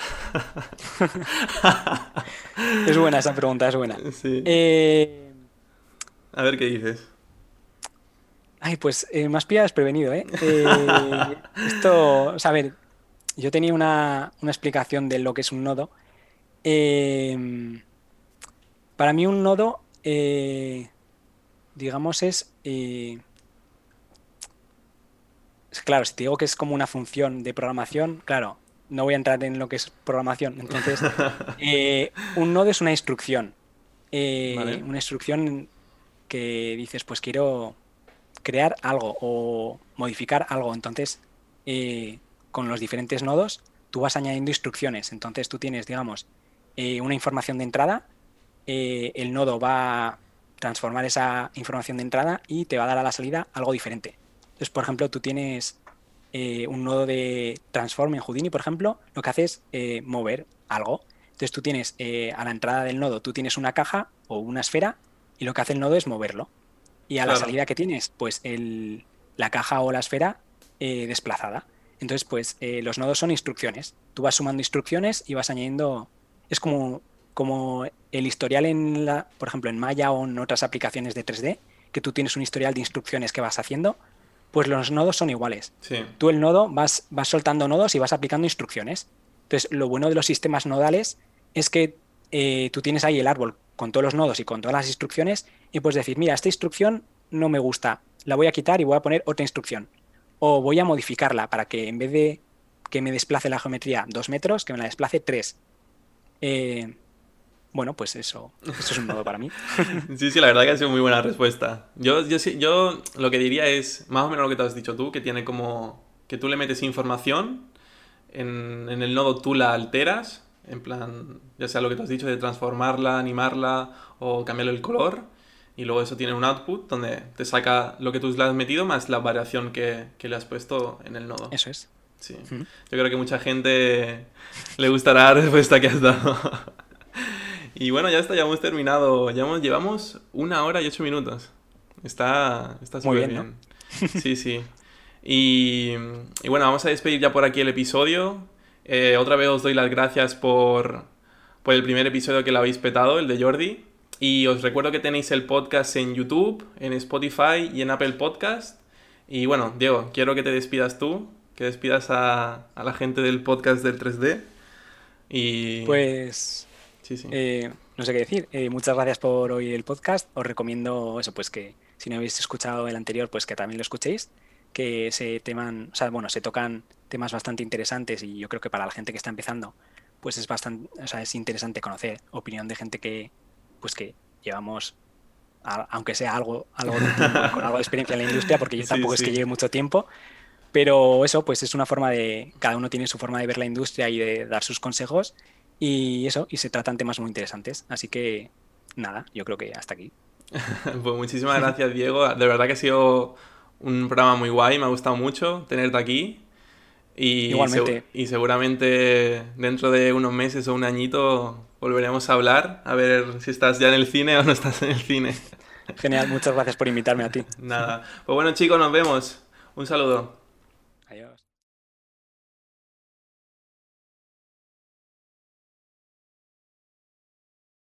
Speaker 2: Es buena esa pregunta, es buena.
Speaker 1: Sí.
Speaker 2: Eh,
Speaker 1: A ver qué dices.
Speaker 2: Ay, pues me has pillado desprevenido, ¿eh? Esto, o sea, a ver, yo tenía una explicación de lo que es un nodo. Eh, para mí un nodo, digamos, claro, si te digo que es como una función de programación, claro, no voy a entrar en lo que es programación. Entonces, un nodo es una instrucción.
Speaker 1: ¿Vale?
Speaker 2: Una instrucción que dices, pues quiero crear algo o modificar algo. Entonces, con los diferentes nodos, tú vas añadiendo instrucciones. Entonces, tú tienes, digamos, una información de entrada, el nodo va a transformar esa información de entrada y te va a dar a la salida algo diferente. Entonces, por ejemplo, tú tienes un nodo de transform en Houdini, por ejemplo, lo que hace es mover algo. Entonces, tú tienes a la entrada del nodo, tú tienes una caja o una esfera y lo que hace el nodo es moverlo. Y a la
Speaker 1: Claro,
Speaker 2: salida que tienes, pues la caja o la esfera desplazada. Entonces, pues los nodos son instrucciones. Tú vas sumando instrucciones y vas añadiendo. Es como el historial por ejemplo, en Maya o en otras aplicaciones de 3D, que tú tienes un historial de instrucciones que vas haciendo, pues los nodos son iguales.
Speaker 1: sí,
Speaker 2: Tú el nodo vas soltando nodos y vas aplicando instrucciones. Entonces, lo bueno de los sistemas nodales es que tú tienes ahí el árbol con todos los nodos y con todas las instrucciones y puedes decir, mira, esta instrucción no me gusta, la voy a quitar y voy a poner otra instrucción. O voy a modificarla para que en vez de que me desplace la geometría 2 metros, que me la desplace 3. Eh, bueno, pues eso es un nodo para mí.
Speaker 1: sí, sí, la verdad que ha sido muy buena respuesta. Yo lo que diría es más o menos lo que te has dicho tú, que tiene como que tú le metes información, en el nodo tú la alteras, en plan, ya sea lo que te has dicho de transformarla, animarla o cambiarle el color, y luego eso tiene un output donde te saca lo que tú le has metido más la variación que le has puesto en el nodo.
Speaker 2: Eso es.
Speaker 1: Sí,
Speaker 2: Ujú.
Speaker 1: yo creo que mucha gente le gustará la respuesta que has dado. Y bueno, ya está, ya hemos terminado. Llevamos 1 hora y 8 minutos. Está
Speaker 2: Muy
Speaker 1: súper
Speaker 2: bien, ¿no?
Speaker 1: bien. Sí, sí. Y, y bueno, vamos a despedir ya por aquí el episodio. Otra vez os doy las gracias por el primer episodio que lo habéis petado, el de Jordi. Y os recuerdo que tenéis el podcast en YouTube, en Spotify y en Apple Podcast. Y bueno, Diego, quiero que te despidas tú, que despidas a la gente del podcast del 3D. Y
Speaker 2: Pues
Speaker 1: sí, sí.
Speaker 2: no sé qué decir. Muchas gracias por oír el podcast. Os recomiendo eso, pues que si no habéis escuchado el anterior, pues que también lo escuchéis, que o sea, bueno, se tocan temas bastante interesantes y yo creo que para la gente que está empezando, pues es bastante, o sea, es interesante conocer opinión de gente pues que llevamos, aunque sea algo de tiempo y con algo de experiencia en la industria, porque yo
Speaker 1: Sí,
Speaker 2: tampoco es que
Speaker 1: sí.
Speaker 2: lleve mucho tiempo, pero eso, pues es una forma cada uno tiene su forma de ver la industria y de dar sus consejos y eso, y se tratan temas muy interesantes. Así que nada, yo creo que hasta aquí.
Speaker 1: Pues muchísimas gracias, Diego. De verdad que ha sido un programa muy guay, me ha gustado mucho tenerte aquí.
Speaker 2: Igualmente,
Speaker 1: Y seguramente dentro de unos meses o un añito volveremos a hablar, a ver si estás ya en el cine o no estás en el cine.
Speaker 2: Genial, muchas gracias por invitarme a ti.
Speaker 1: Nada. Pues bueno, chicos, nos vemos. Un saludo.